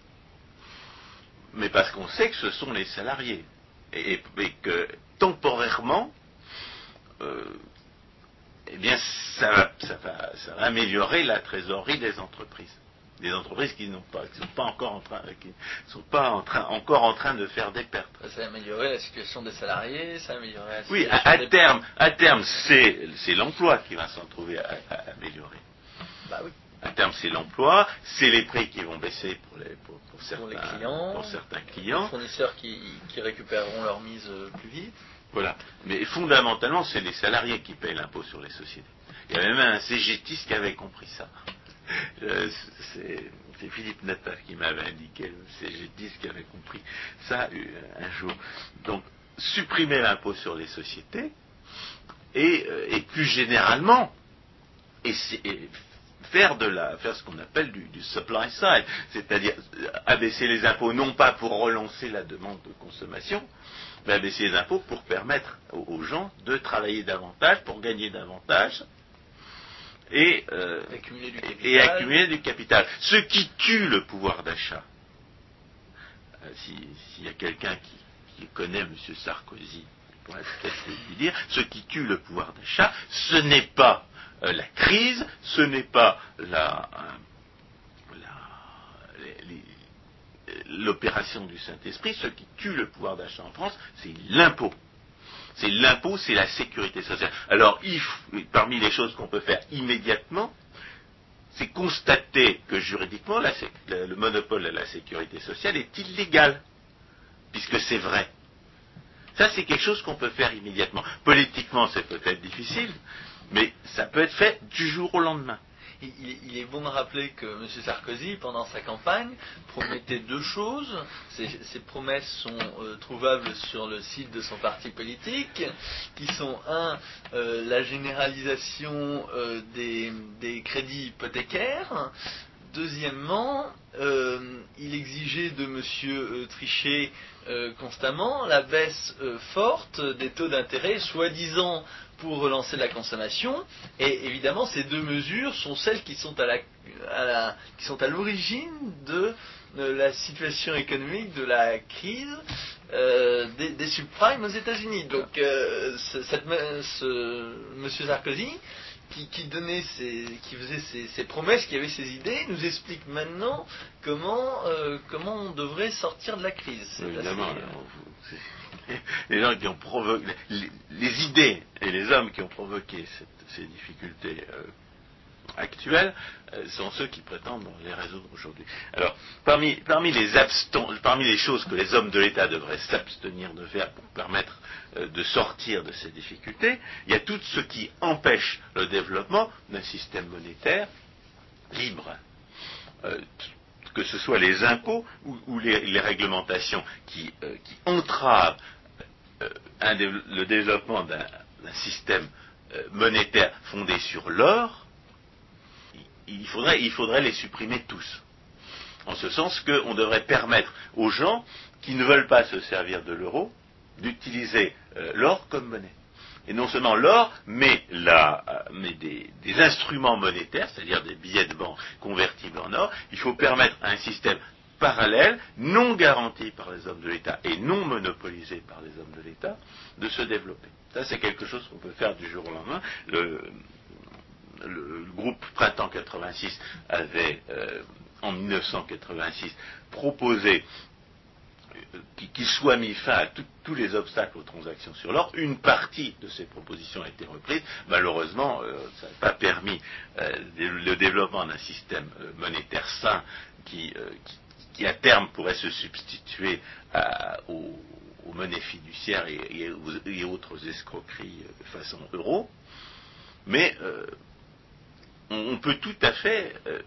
mais parce qu'on sait que ce sont les salariés. Et, et, et que temporairement, euh, eh bien, ça va, ça, va, ça va améliorer la trésorerie des entreprises. Des entreprises qui n'ont pas, qui sont pas encore en train, qui sont pas en train, encore en train de faire des pertes. Ça va améliorer la situation des salariés, ça va améliorer la situation oui, à, à des terme, à terme, c'est, c'est l'emploi qui va s'en trouver à, à améliorer. Bah oui. À terme, c'est l'emploi, c'est les prix qui vont baisser pour, les, pour, pour, certains, pour les clients, pour certains clients. Les fournisseurs qui, qui récupéreront leur mise plus vite. Voilà. Mais fondamentalement, c'est les salariés qui payent l'impôt sur les sociétés. Il y avait même un cégétiste qui avait compris ça. Euh, c'est, c'est Philippe Natal qui m'avait indiqué, le cégétiste qui avait compris ça euh, un jour. Donc, supprimer l'impôt sur les sociétés et, euh, et plus généralement, et, et faire de la, faire ce qu'on appelle du, du supply side, c'est-à-dire abaisser les impôts non pas pour relancer la demande de consommation, mais abaisser les impôts pour permettre aux, aux gens de travailler davantage, pour gagner davantage et, euh, accumuler du et, et accumuler du capital. Ce qui tue le pouvoir d'achat. Euh, si, s'il y a quelqu'un qui, qui connaît M. Sarkozy, il pourrait peut-être lui dire, ce qui tue le pouvoir d'achat, ce n'est pas Euh, la crise, ce n'est pas la, euh, la, les, les, l'opération du Saint-Esprit. Ce qui tue le pouvoir d'achat en France, c'est l'impôt. C'est l'impôt, c'est la sécurité sociale. Alors, il, parmi les choses qu'on peut faire immédiatement, c'est constater que juridiquement, la, le monopole de la sécurité sociale est illégal, puisque c'est vrai. Ça, c'est quelque chose qu'on peut faire immédiatement. Politiquement, c'est peut-être difficile, mais ça peut être fait du jour au lendemain. Il, il est bon de rappeler que M. Sarkozy, pendant sa campagne, promettait deux choses. Ces, ces promesses sont euh, trouvables sur le site de son parti politique, qui sont un, euh, la généralisation euh, des, des crédits hypothécaires. Deuxièmement, euh, il exigeait de M. Euh, Trichet euh, constamment la baisse euh, forte des taux d'intérêt, soi-disant pour relancer la consommation, et évidemment ces deux mesures sont celles qui sont à la, à la, qui sont à l'origine de, de la situation économique, de la crise euh, des, des subprimes aux États-Unis. Donc euh, ce, cette, ce Monsieur Sarkozy qui, qui donnait ses, qui faisait ses, ses promesses, qui avait ses idées, nous explique maintenant comment euh, comment on devrait sortir de la crise. C'est évidemment. assez, Alors, vous, les gens qui ont provoqué, les, les idées et les hommes qui ont provoqué cette, ces difficultés euh, actuelles euh, sont ceux qui prétendent les résoudre aujourd'hui. Alors, parmi, parmi, les abston- parmi les choses que les hommes de l'État devraient s'abstenir de faire pour permettre euh, de sortir de ces difficultés, il y a tout ce qui empêche le développement d'un système monétaire libre. Euh, que ce soit les impôts ou, ou les, les réglementations qui, euh, qui entravent euh, un dé- le développement d'un, d'un système euh, monétaire fondé sur l'or, il, il, faudrait, il faudrait les supprimer tous. En ce sens qu'on devrait permettre aux gens qui ne veulent pas se servir de l'euro d'utiliser euh, l'or comme monnaie. Et non seulement l'or, mais, la, mais des, des instruments monétaires, c'est-à-dire des billets de banque convertibles en or. Il faut permettre à un système parallèle, non garanti par les hommes de l'État et non monopolisé par les hommes de l'État, de se développer. Ça, c'est quelque chose qu'on peut faire du jour au lendemain. Le, le, le groupe Printemps quatre-vingt-six avait, euh, en mille neuf cent quatre-vingt-six, proposé qu'il soit mis fin à tout, tous les obstacles aux transactions sur l'or. Une partie de ces propositions a été reprise. Malheureusement, euh, ça n'a pas permis euh, le développement d'un système euh, monétaire sain qui, euh, qui, qui, à terme, pourrait se substituer à, aux, aux monnaies fiduciaires et, et, aux, et autres escroqueries euh, façon euro. Mais euh, on, on peut tout à fait euh,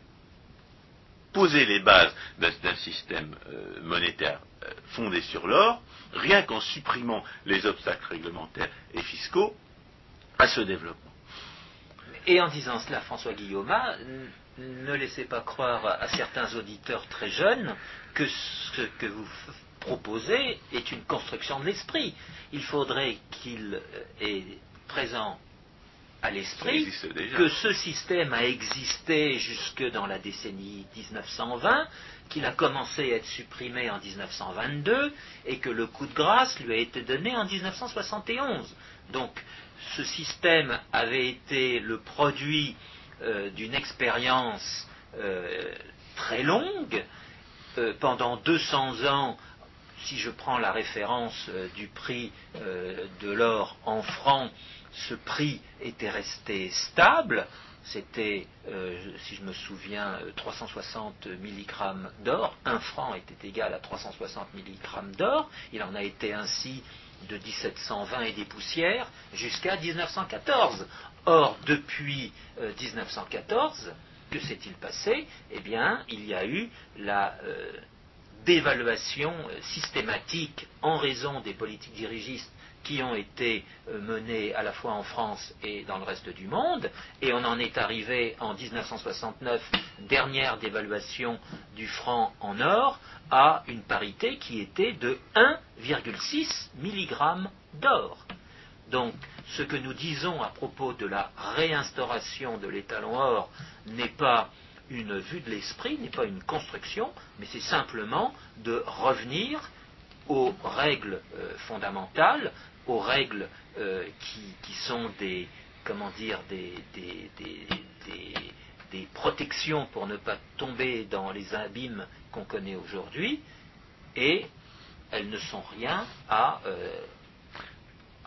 poser les bases d'un, d'un système euh, monétaire euh, fondé sur l'or, rien qu'en supprimant les obstacles réglementaires et fiscaux à ce développement. Et en disant cela, François Guillaume, ne laissez pas croire à certains auditeurs très jeunes que ce que vous proposez est une construction de l'esprit. Il faudrait qu'il ait présent à l'esprit que ce système a existé jusque dans la décennie dix-neuf cent vingt, qu'il a commencé à être supprimé en dix-neuf cent vingt-deux et que le coup de grâce lui a été donné en dix-neuf cent soixante et onze. Donc ce système avait été le produit euh, d'une expérience euh, très longue. Euh, pendant deux cents ans, si je prends la référence euh, du prix euh, de l'or en francs, ce prix était resté stable, c'était, euh, si je me souviens, trois cent soixante milligrammes d'or, un franc était égal à trois cent soixante milligrammes d'or, il en a été ainsi de dix-sept cent vingt et des poussières jusqu'à dix-neuf cent quatorze. Or, depuis euh, dix-neuf cent quatorze, que s'est-il passé? Eh bien, il y a eu la euh, dévaluation systématique en raison des politiques dirigistes qui ont été menées à la fois en France et dans le reste du monde, et on en est arrivé en dix-neuf cent soixante-neuf, dernière dévaluation du franc en or, à une parité qui était de un virgule six milligrammes d'or. Donc, ce que nous disons à propos de la réinstauration de l'étalon or n'est pas une vue de l'esprit, n'est pas une construction, mais c'est simplement de revenir aux règles euh, fondamentales, aux règles euh, qui, qui sont des, comment dire, des, des, des, des, des protections pour ne pas tomber dans les abîmes qu'on connaît aujourd'hui, et elles ne sont rien à euh,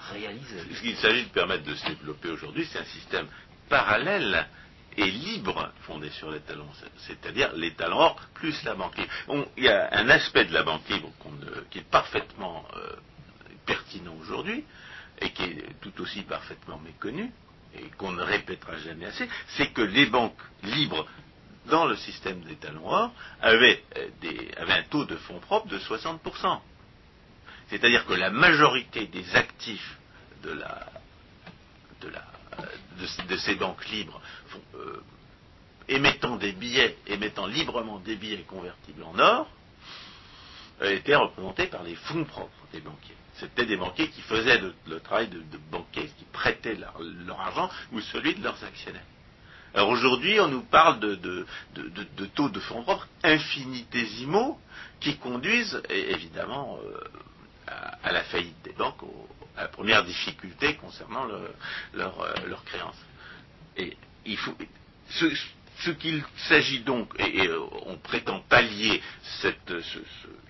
réalisé. Ce qu'il s'agit de permettre de se développer aujourd'hui, c'est un système parallèle et libre fondé sur les talons, c'est-à-dire les talons or plus la banque libre. On, il y a un aspect de la banque libre qu'on, euh, qui est parfaitement euh, pertinent aujourd'hui et qui est tout aussi parfaitement méconnu et qu'on ne répétera jamais assez, c'est que les banques libres dans le système des talons or avaient, euh, des, avaient un taux de fonds propres de soixante pour cent. C'est-à-dire que la majorité des actifs de la de la De, de ces banques libres font, euh, émettant des billets, émettant librement des billets convertibles en or, euh, étaient représentés par les fonds propres des banquiers. C'était des banquiers qui faisaient de, le travail de, de banquiers, qui prêtaient leur, leur argent ou celui de leurs actionnaires. Alors aujourd'hui, on nous parle de, de, de, de, de taux de fonds propres infinitésimaux qui conduisent évidemment euh, à, à la faillite des banques, au, à la première difficulté concernant le, leur, euh, leur créance. Et il faut, ce, ce qu'il s'agit donc, et, et on prétend pallier cette, ce, ce,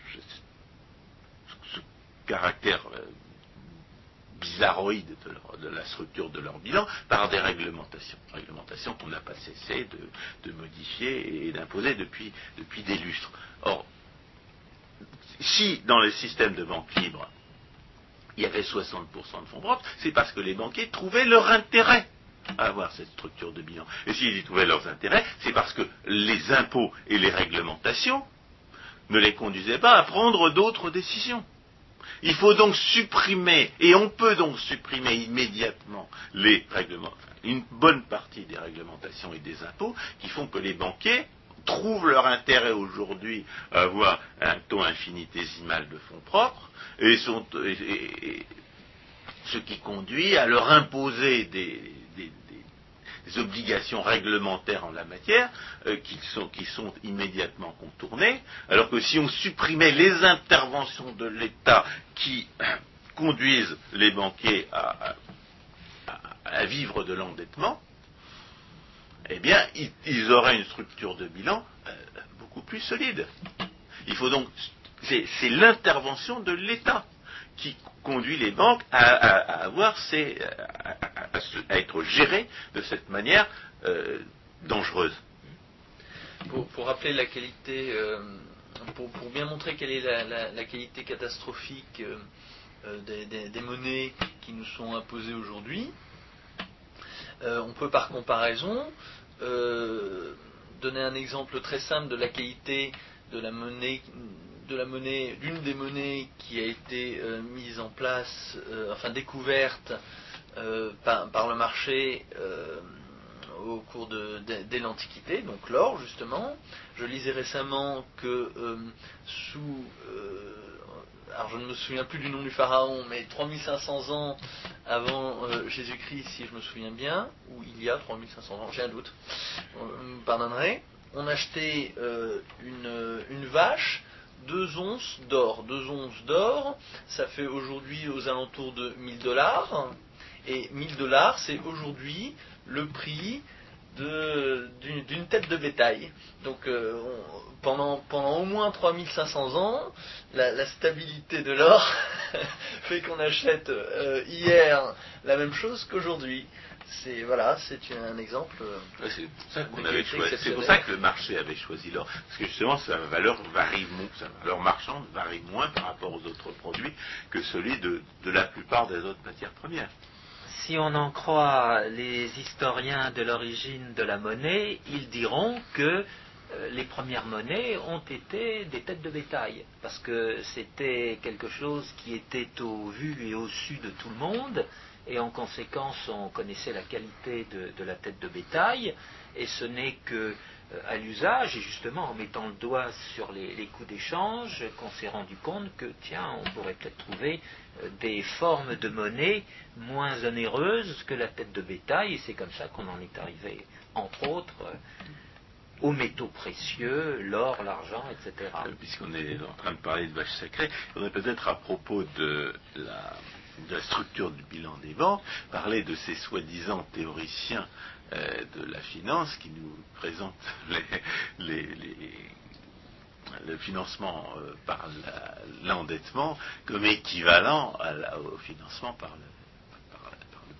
ce, ce caractère euh, bizarroïde de, leur, de la structure de leur bilan par des réglementations, réglementations qu'on n'a pas cessé de, de modifier et d'imposer depuis, depuis des lustres. Or, si dans les systèmes de banque libre, il y avait soixante pour cent de fonds propres, c'est parce que les banquiers trouvaient leur intérêt à avoir cette structure de bilan. Et s'ils y trouvaient leurs intérêts, c'est parce que les impôts et les réglementations ne les conduisaient pas à prendre d'autres décisions. Il faut donc supprimer, et on peut donc supprimer immédiatement les règlements, une bonne partie des réglementations et des impôts qui font que les banquiers trouvent leur intérêt aujourd'hui à avoir un taux infinitésimal de fonds propres, et, sont, et, et, et ce qui conduit à leur imposer des, des, des, des obligations réglementaires en la matière euh, qui, sont, qui sont immédiatement contournées, alors que si on supprimait les interventions de l'État qui euh, conduisent les banquiers à, à, à vivre de l'endettement, eh bien, ils, ils auraient une structure de bilan euh, beaucoup plus solide. Il faut donc, c'est, c'est l'intervention de l'État qui conduit les banques à, à, à avoir ces, à, à, à être gérées de cette manière euh, dangereuse. Pour, pour rappeler la qualité, euh, pour, pour bien montrer quelle est la, la, la qualité catastrophique euh, des, des, des monnaies qui nous sont imposées aujourd'hui, euh, on peut par comparaison euh, donner un exemple très simple de la qualité de la monnaie, de la monnaie, l'une des monnaies qui a été euh, mise en place, euh, enfin découverte euh, par, par le marché euh, au cours de, de, dès l'Antiquité, donc l'or justement. Je lisais récemment que euh, sous, euh, alors je ne me souviens plus du nom du pharaon, mais trois mille cinq cents ans avant euh, Jésus-Christ, si je me souviens bien, ou il y a trois mille cinq cents ans, j'ai un doute, vous me pardonnerez, on achetait euh, une, une vache, deux onces d'or. Deux onces d'or, ça fait aujourd'hui aux alentours de mille dollars, et mille dollars, c'est aujourd'hui le prix de, d'une, d'une tête de bétail. Donc euh, on, pendant, pendant au moins trois mille cinq cents ans, la, la stabilité de l'or fait qu'on achète euh, hier la même chose qu'aujourd'hui. C'est, voilà, c'est un exemple. Ouais, c'est pour ça qu'on avait choisi. C'est pour ça que le marché avait choisi l'or, parce que justement sa valeur varie, sa valeur marchande varie moins par rapport aux autres produits que celui de, de la plupart des autres matières premières. Si on en croit les historiens de l'origine de la monnaie, ils diront que euh, les premières monnaies ont été des têtes de bétail, parce que c'était quelque chose qui était au vu et au su de tout le monde, et en conséquence on connaissait la qualité de, de la tête de bétail, et ce n'est que euh, à l'usage, et justement en mettant le doigt sur les, les coûts d'échange, qu'on s'est rendu compte que tiens, on pourrait peut-être trouver euh, des formes de monnaie moins onéreuses que la tête de bétail, et c'est comme ça qu'on en est arrivé, entre autres, euh, aux métaux précieux, l'or, l'argent, et cetera. Puisqu'on est en train de parler de vaches sacrées, il faudrait peut-être à propos de la de la structure du bilan des banques, parler de ces soi-disant théoriciens euh, de la finance qui nous présentent les, les, les, le financement euh, par la, l'endettement comme équivalent à la, au financement par le,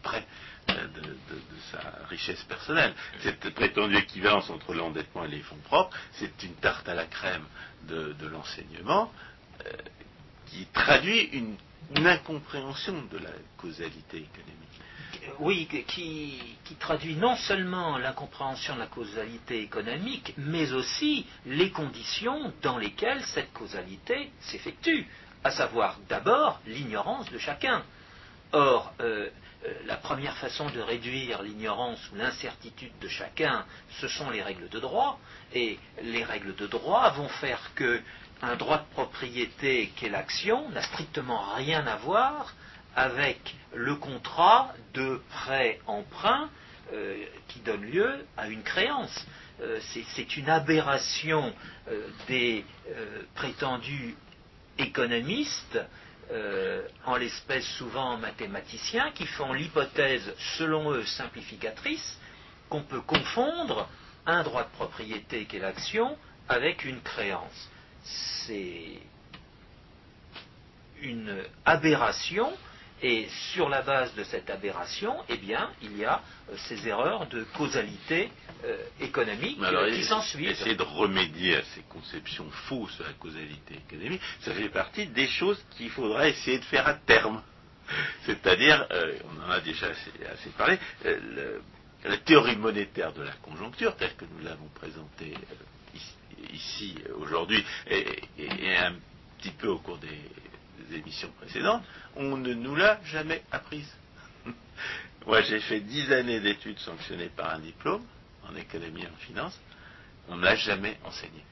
près de, de, de sa richesse personnelle. Cette prétendue équivalence entre l'endettement et les fonds propres, c'est une tarte à la crème de, de l'enseignement euh, qui traduit une, une incompréhension de la causalité économique. Oui, qui, qui traduit non seulement l'incompréhension de la causalité économique, mais aussi les conditions dans lesquelles cette causalité s'effectue, à savoir d'abord l'ignorance de chacun. Or, euh, euh, la première façon de réduire l'ignorance ou l'incertitude de chacun, ce sont les règles de droit, et les règles de droit vont faire que un droit de propriété qu'est l'action n'a strictement rien à voir avec le contrat de prêt-emprunt euh, qui donne lieu à une créance. Euh, c'est, c'est une aberration euh, des euh, prétendus économistes, euh, en l'espèce souvent mathématiciens, qui font l'hypothèse, selon eux simplificatrice, qu'on peut confondre un droit de propriété qu'est l'action avec une créance. C'est une aberration. Et sur la base de cette aberration, eh bien, il y a euh, ces erreurs de causalité euh, économique Alors, euh, qui s'ensuivent. Essayer de remédier à ces conceptions fausses de la causalité économique, ça fait partie des choses qu'il faudra essayer de faire à terme. C'est-à-dire, euh, on en a déjà assez, assez parlé, euh, le, la théorie monétaire de la conjoncture, telle que nous l'avons présentée euh, ici, ici aujourd'hui, et, et, et un petit peu au cours des des émissions précédentes, on ne nous l'a jamais apprise. Moi, j'ai fait dix années d'études sanctionnées par un diplôme en économie et en finance, on ne me l'a jamais enseigné.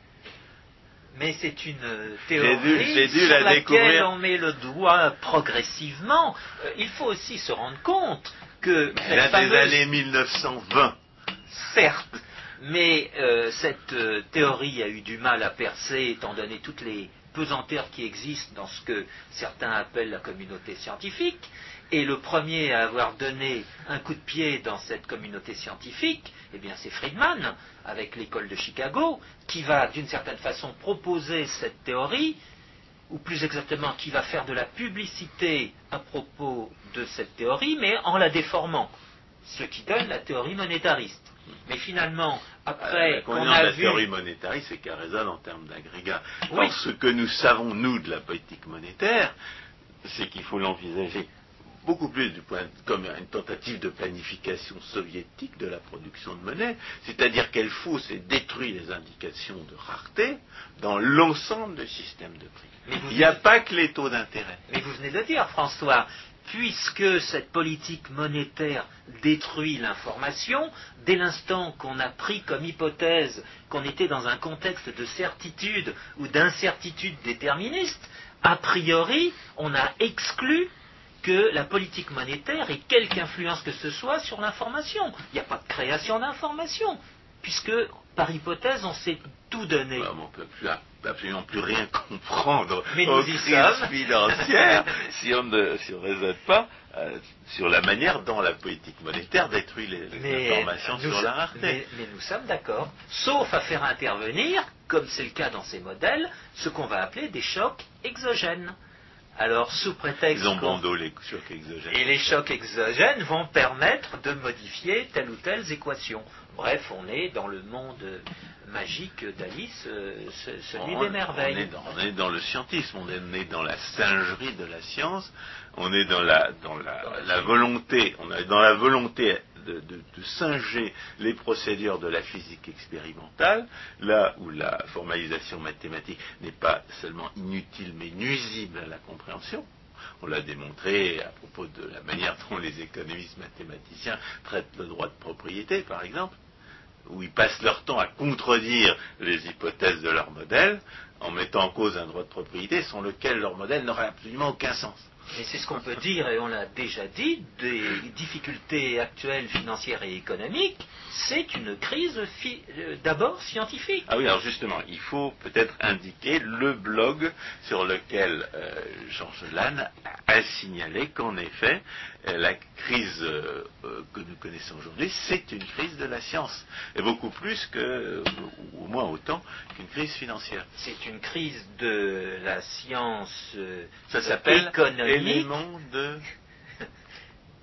Mais c'est une théorie j'ai dû, j'ai dû sur la laquelle découvrir. on met le doigt progressivement. Euh, il faut aussi se rendre compte que Elle cette a fameuse... des années mille neuf cent vingt. Certes, mais euh, cette euh, théorie a eu du mal à percer étant donné toutes les pesanteurs qui existent dans ce que certains appellent la communauté scientifique, et le premier à avoir donné un coup de pied dans cette communauté scientifique, eh bien c'est Friedman, avec l'école de Chicago, qui va d'une certaine façon proposer cette théorie, ou plus exactement qui va faire de la publicité à propos de cette théorie, mais en la déformant, ce qui donne la théorie monétariste. Mais finalement, après euh, qu'on de a la vu... théorie monétariste, c'est qu'elle raisonne en termes d'agrégats. Oui. Or, ce que nous savons, nous, de la politique monétaire, c'est qu'il faut l'envisager beaucoup plus du point, comme une tentative de planification soviétique de la production de monnaie, c'est-à-dire qu'elle fausse et détruit les indications de rareté dans l'ensemble du système de prix. Il n'y a pas que les taux d'intérêt. Mais vous venez de dire, François, puisque cette politique monétaire détruit l'information, dès l'instant qu'on a pris comme hypothèse qu'on était dans un contexte de certitude ou d'incertitude déterministe, a priori, on a exclu que la politique monétaire ait quelque influence que ce soit sur l'information. Il n'y a pas de création d'information, puisque par hypothèse, on s'est tout donné. Bah, on ne peut plus, absolument plus rien comprendre Mais nous aux y crises sommes. financières si on ne si on raisonne pas euh, sur la manière dont la politique monétaire détruit les, les mais informations sur sommes, la rareté. Mais, mais nous sommes d'accord, sauf à faire intervenir, comme c'est le cas dans ces modèles, ce qu'on va appeler des chocs exogènes. Alors, sous prétexte... Ils ont bon dos, les chocs exogènes. Et les chocs exogènes vont permettre de modifier telle ou telle équation. Bref, on est dans le monde magique d'Alice, euh, celui on, des merveilles. On est, dans, on est dans le scientisme, on est, on est dans la singerie de la science, on est dans la, dans la, dans la volonté, on est dans la volonté de, de, de singer les procédures de la physique expérimentale, là où la formalisation mathématique n'est pas seulement inutile mais nuisible à la compréhension. On l'a démontré à propos de la manière dont les économistes mathématiciens traitent le droit de propriété, par exemple, où ils passent leur temps à contredire les hypothèses de leur modèle en mettant en cause un droit de propriété sans lequel leur modèle n'aurait absolument aucun sens. Et c'est ce qu'on peut dire, et on l'a déjà dit, des difficultés actuelles financières et économiques, c'est une crise fi- euh, d'abord scientifique. Ah oui, alors justement, il faut peut-être indiquer le blog sur lequel euh, Georges Lannes a signalé qu'en effet, euh, la crise euh, que nous connaissons aujourd'hui, c'est une crise de la science, et beaucoup plus que, ou au moins autant, qu'une crise financière. C'est une crise de la science euh, Ça s'appelle économique. élément de...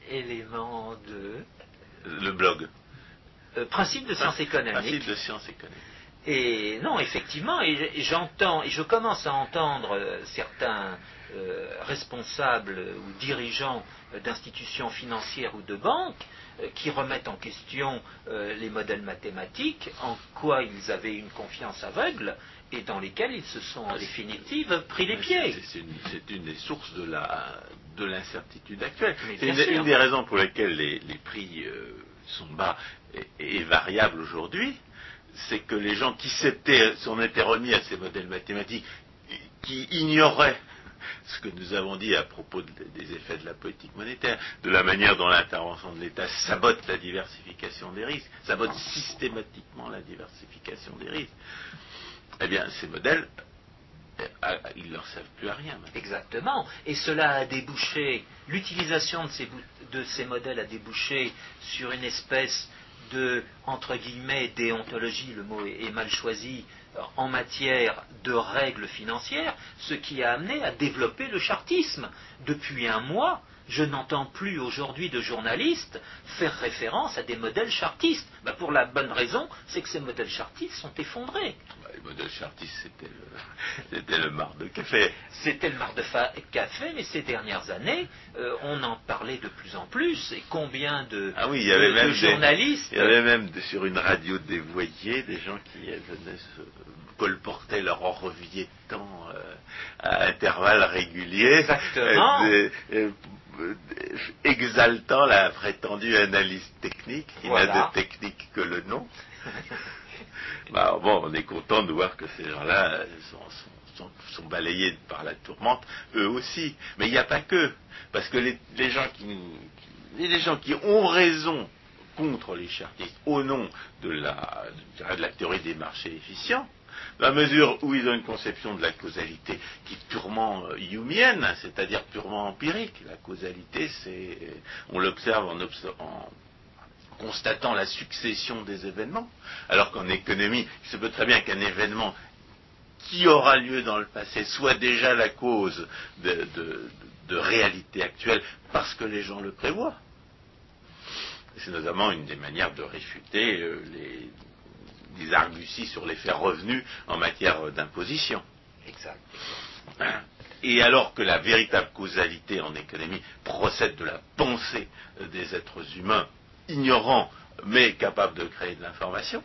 élément de... Le blog. Euh, principe de sciences économiques. Principe de sciences économiques. Et non, effectivement, et j'entends, et je commence à entendre euh, certains euh, responsables ou dirigeants euh, d'institutions financières ou de banques euh, qui remettent en question euh, les modèles mathématiques, en quoi ils avaient une confiance aveugle et dans lesquels ils se sont en définitive pris les pieds. C'est une, c'est une des sources de la de l'incertitude actuelle. Mais C'est bien une, sûr. une des raisons pour lesquelles les, les prix euh, sont bas et, et variables aujourd'hui. C'est que les gens qui s'étaient, s'en étaient remis à ces modèles mathématiques, qui ignoraient ce que nous avons dit à propos de, des effets de la politique monétaire, de la manière dont l'intervention de l'État sabote la diversification des risques, sabote systématiquement la diversification des risques, eh bien, ces modèles, ils ne leur servent plus à rien maintenant. Exactement. Et cela a débouché, l'utilisation de ces, bou- de ces modèles a débouché sur une espèce de, entre guillemets, déontologie, le mot est, est mal choisi, en matière de règles financières, ce qui a amené à développer le chartisme. Depuis un mois, je n'entends plus aujourd'hui de journalistes faire référence à des modèles chartistes. Ben pour la bonne raison, c'est que ces modèles chartistes sont effondrés. Les modèles chartistes, c'était le, c'était le marc de café. C'était le marc de fa- café, mais ces dernières années, euh, on en parlait de plus en plus. Et combien de, ah oui, il y avait de, même de journalistes... Des, il y avait même de, sur une radio dévoyée des gens qui euh, venaient se colporter leur enrevier de temps euh, à intervalles réguliers. Exactement. Euh, euh, euh, exaltant la prétendue analyse technique, qui Voilà. n'a de technique que le nom. Bah, bon, on est content de voir que ces gens-là sont, sont, sont, sont balayés par la tourmente, eux aussi. Mais il n'y a pas que. Parce que les, les, gens qui, qui, les gens qui ont raison contre les chartistes au nom de la, de la théorie des marchés efficients, dans la mesure où ils ont une conception de la causalité qui est purement euh, humienne, c'est-à-dire purement empirique. La causalité, c'est, on l'observe en, obs- en constatant la succession des événements, alors qu'en économie, il se peut très bien qu'un événement qui aura lieu dans le passé soit déjà la cause de, de, de, de réalité actuelle, parce que les gens le prévoient. C'est notamment une des manières de réfuter euh, les, les arguties sur l'effet revenu en matière d'imposition. Exact. Et alors que la véritable causalité en économie procède de la pensée des êtres humains, ignorants, mais capables de créer de l'information,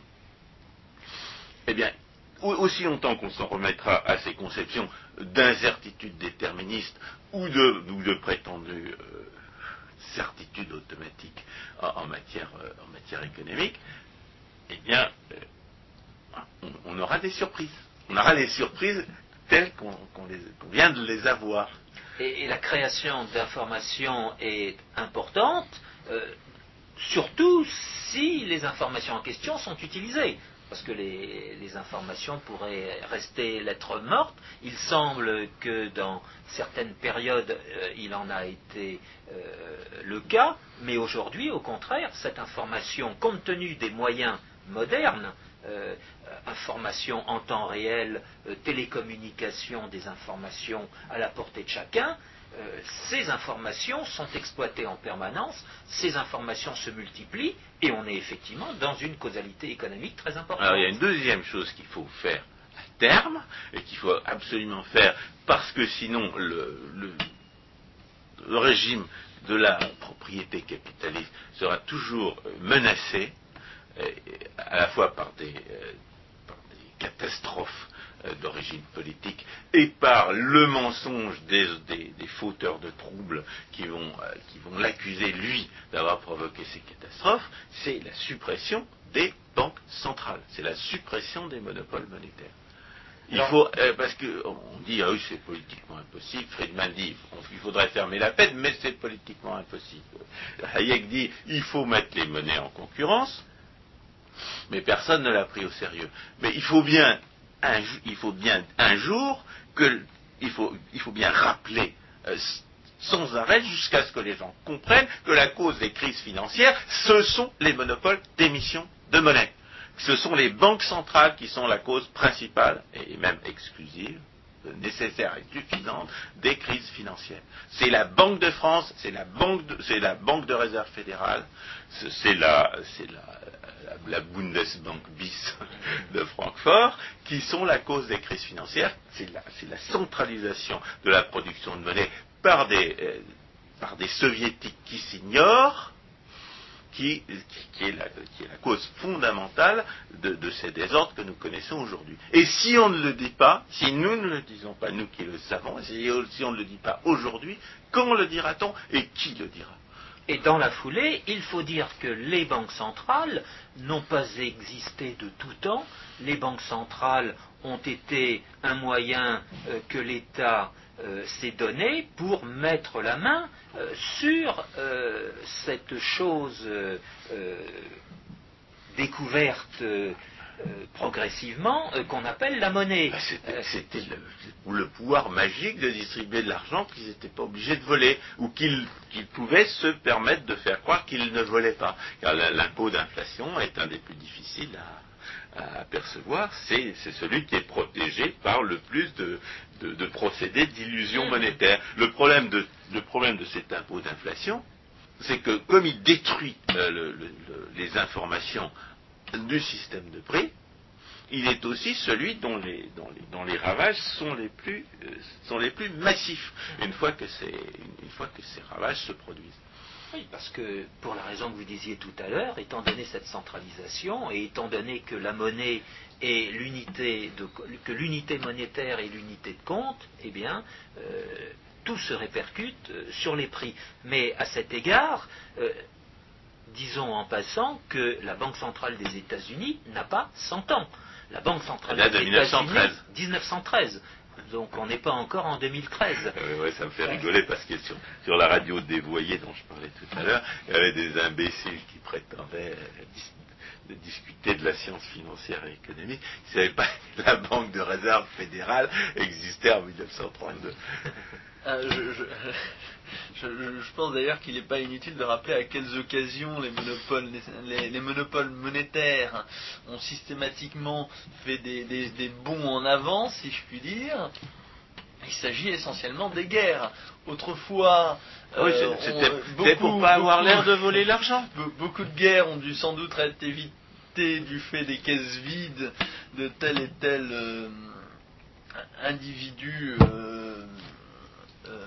eh bien, aussi longtemps qu'on s'en remettra à ces conceptions d'incertitude déterministe ou de, ou de prétendues euh, certitude automatique en, en, matière, euh, en matière économique, eh bien, euh, on, on aura des surprises. On aura des surprises telles qu'on, qu'on, les, qu'on vient de les avoir. Et, et la création d'informations est importante, euh, surtout si les informations en question sont utilisées. Parce que les, les informations pourraient rester lettres mortes. Il semble que dans certaines périodes, euh, il en a été euh, le cas, mais aujourd'hui, au contraire, cette information, compte tenu des moyens modernes, euh, information en temps réel, euh, télécommunication des informations à la portée de chacun, Euh, ces informations sont exploitées en permanence, ces informations se multiplient, et on est effectivement dans une causalité économique très importante. Alors il y a une deuxième chose qu'il faut faire à terme, et qu'il faut absolument faire, parce que sinon le, le, le régime de la propriété capitaliste sera toujours menacé, à la fois par des, par des catastrophes d'origine politique et par le mensonge des, des, des fauteurs de troubles qui vont, euh, qui vont l'accuser, lui, d'avoir provoqué ces catastrophes, c'est la suppression des banques centrales, c'est la suppression des monopoles monétaires. Il Alors, faut, euh, parce qu'on dit, ah oui, c'est politiquement impossible, Friedman dit, il faudrait fermer la Fed, mais c'est politiquement impossible. Hayek dit, il faut mettre les monnaies en concurrence, mais personne ne l'a pris au sérieux. Mais il faut bien Un, il faut bien un jour que il faut, il faut bien rappeler euh, sans arrêt jusqu'à ce que les gens comprennent que la cause des crises financières, ce sont les monopoles d'émission de monnaie. Ce sont les banques centrales qui sont la cause principale et même exclusive nécessaire et suffisante des crises financières. C'est la Banque de France, c'est la Banque de, c'est la Banque de réserve fédérale, c'est la, c'est la, la, la Bundesbank bis de Francfort qui sont la cause des crises financières. C'est la, c'est la centralisation de la production de monnaie par des, euh, par des soviétiques qui s'ignorent, Qui, qui, est la, qui est la cause fondamentale de, de ces désordres que nous connaissons aujourd'hui. Et si on ne le dit pas, si nous ne le disons pas, nous qui le savons, si, si on ne le dit pas aujourd'hui, quand le dira-t-on et qui le dira? Et dans la foulée, il faut dire que les banques centrales n'ont pas existé de tout temps. Les banques centrales ont été un moyen euh, que l'État euh, s'est donné pour mettre la main euh, sur euh, cette chose euh, euh, découverte euh, euh, progressivement euh, qu'on appelle la monnaie. Ben c'était, c'était le, le pouvoir magique de distribuer de l'argent qu'ils n'étaient pas obligés de voler, ou qu'ils, qu'ils pouvaient se permettre de faire croire qu'ils ne volaient pas. Car l'impôt d'inflation est un des plus difficiles à, à apercevoir, c'est, c'est celui qui est protégé par le plus de, de, de procédés d'illusion monétaire. Le problème de, le problème de cet impôt d'inflation, c'est que comme il détruit euh, le, le, le, les informations du système de prix, il est aussi celui dont les, dont les, dont les ravages sont les plus, euh, sont les plus massifs, une fois que ces, une fois que ces ravages se produisent. Oui, parce que, pour la raison que vous disiez tout à l'heure, étant donné cette centralisation, et étant donné que la monnaie est l'unité de, que l'unité monétaire est l'unité de compte, eh bien, euh, tout se répercute euh, sur les prix. Mais à cet égard, euh, disons en passant que la Banque centrale des États-Unis n'a pas cent ans. La Banque centrale Elle des de dix-neuf cent treize. États-Unis, dix-neuf cent treize. Donc on n'est pas encore en deux mille treize. Oui, ouais, ça me fait rigoler parce que sur, sur la radio dévoyée dont je parlais tout à l'heure, il y avait des imbéciles qui prétendaient dis, de discuter de la science financière et économique. Ils ne savaient pas que la Banque de réserve fédérale existait en dix-neuf cent trente-deux. Ah, je, je, je, je pense d'ailleurs qu'il n'est pas inutile de rappeler à quelles occasions les monopoles, les, les, les monopoles monétaires ont systématiquement fait des, des, des bonds en avant, si je puis dire. Il s'agit essentiellement des guerres. Autrefois, oui, euh, c'était, on, c'était beaucoup, pour pas avoir beaucoup, l'air de voler l'argent. Beaucoup de guerres ont dû sans doute être évitées du fait des caisses vides de tel et tel euh, individu euh, euh,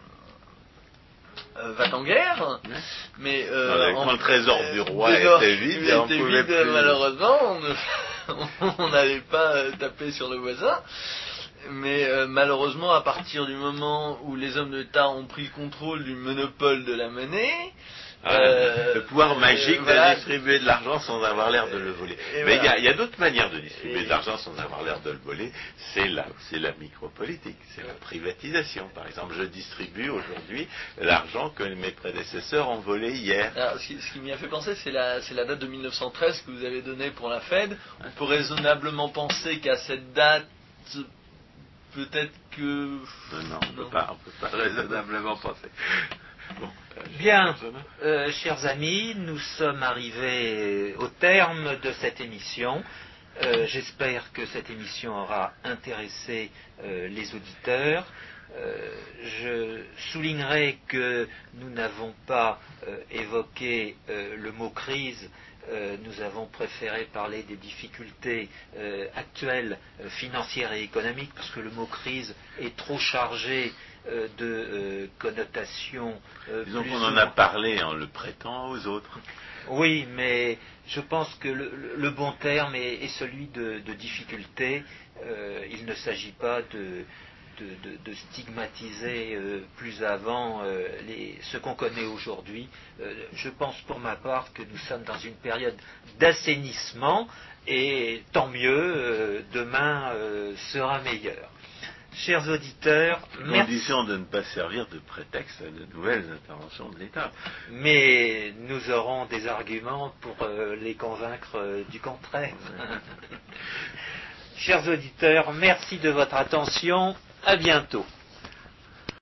euh, va en guerre, mais euh, non, en, le trésor du roi trésor, était vide, il et on était pouvait vide plus... malheureusement, on n'allait pas taper sur le voisin. Mais euh, malheureusement, à partir du moment où les hommes d'État ont pris le contrôle du monopole de la monnaie, ah, euh, le pouvoir magique euh, voilà. de distribuer de l'argent sans avoir l'air de le voler. Et Mais il voilà. y, y a d'autres manières de distribuer et... de l'argent sans avoir l'air de le voler. C'est la, c'est la micropolitique, c'est la privatisation. Par exemple, je distribue aujourd'hui l'argent que mes prédécesseurs ont volé hier. Alors, ce qui, ce qui m'y a fait penser, c'est la, c'est la date de dix-neuf cent treize que vous avez donnée pour la Fed. On peut raisonnablement penser qu'à cette date, peut-être que... Non, non, on ne peut pas, on peut pas raisonnablement penser. Bon. Bien, euh, chers amis, nous sommes arrivés au terme de cette émission. Euh, j'espère que cette émission aura intéressé euh, les auditeurs. Euh, je soulignerai que nous n'avons pas euh, évoqué euh, le mot crise. Euh, nous avons préféré parler des difficultés euh, actuelles euh, financières et économiques parce que le mot crise est trop chargé euh, de euh, connotations. Euh, Disons plus qu'on en a parlé en le prêtant aux autres. Oui, mais je pense que le, le bon terme est, est celui de, de difficulté. Euh, il ne s'agit pas de De, de, de stigmatiser euh, plus avant euh, les, ce qu'on connaît aujourd'hui. Euh, je pense pour ma part que nous sommes dans une période d'assainissement et tant mieux, euh, demain euh, sera meilleur. Chers auditeurs, à condition de ne pas servir de prétexte à de nouvelles interventions de l'État. Mais nous aurons des arguments pour euh, les convaincre euh, du contraire. Chers auditeurs, merci de votre attention. À bientôt.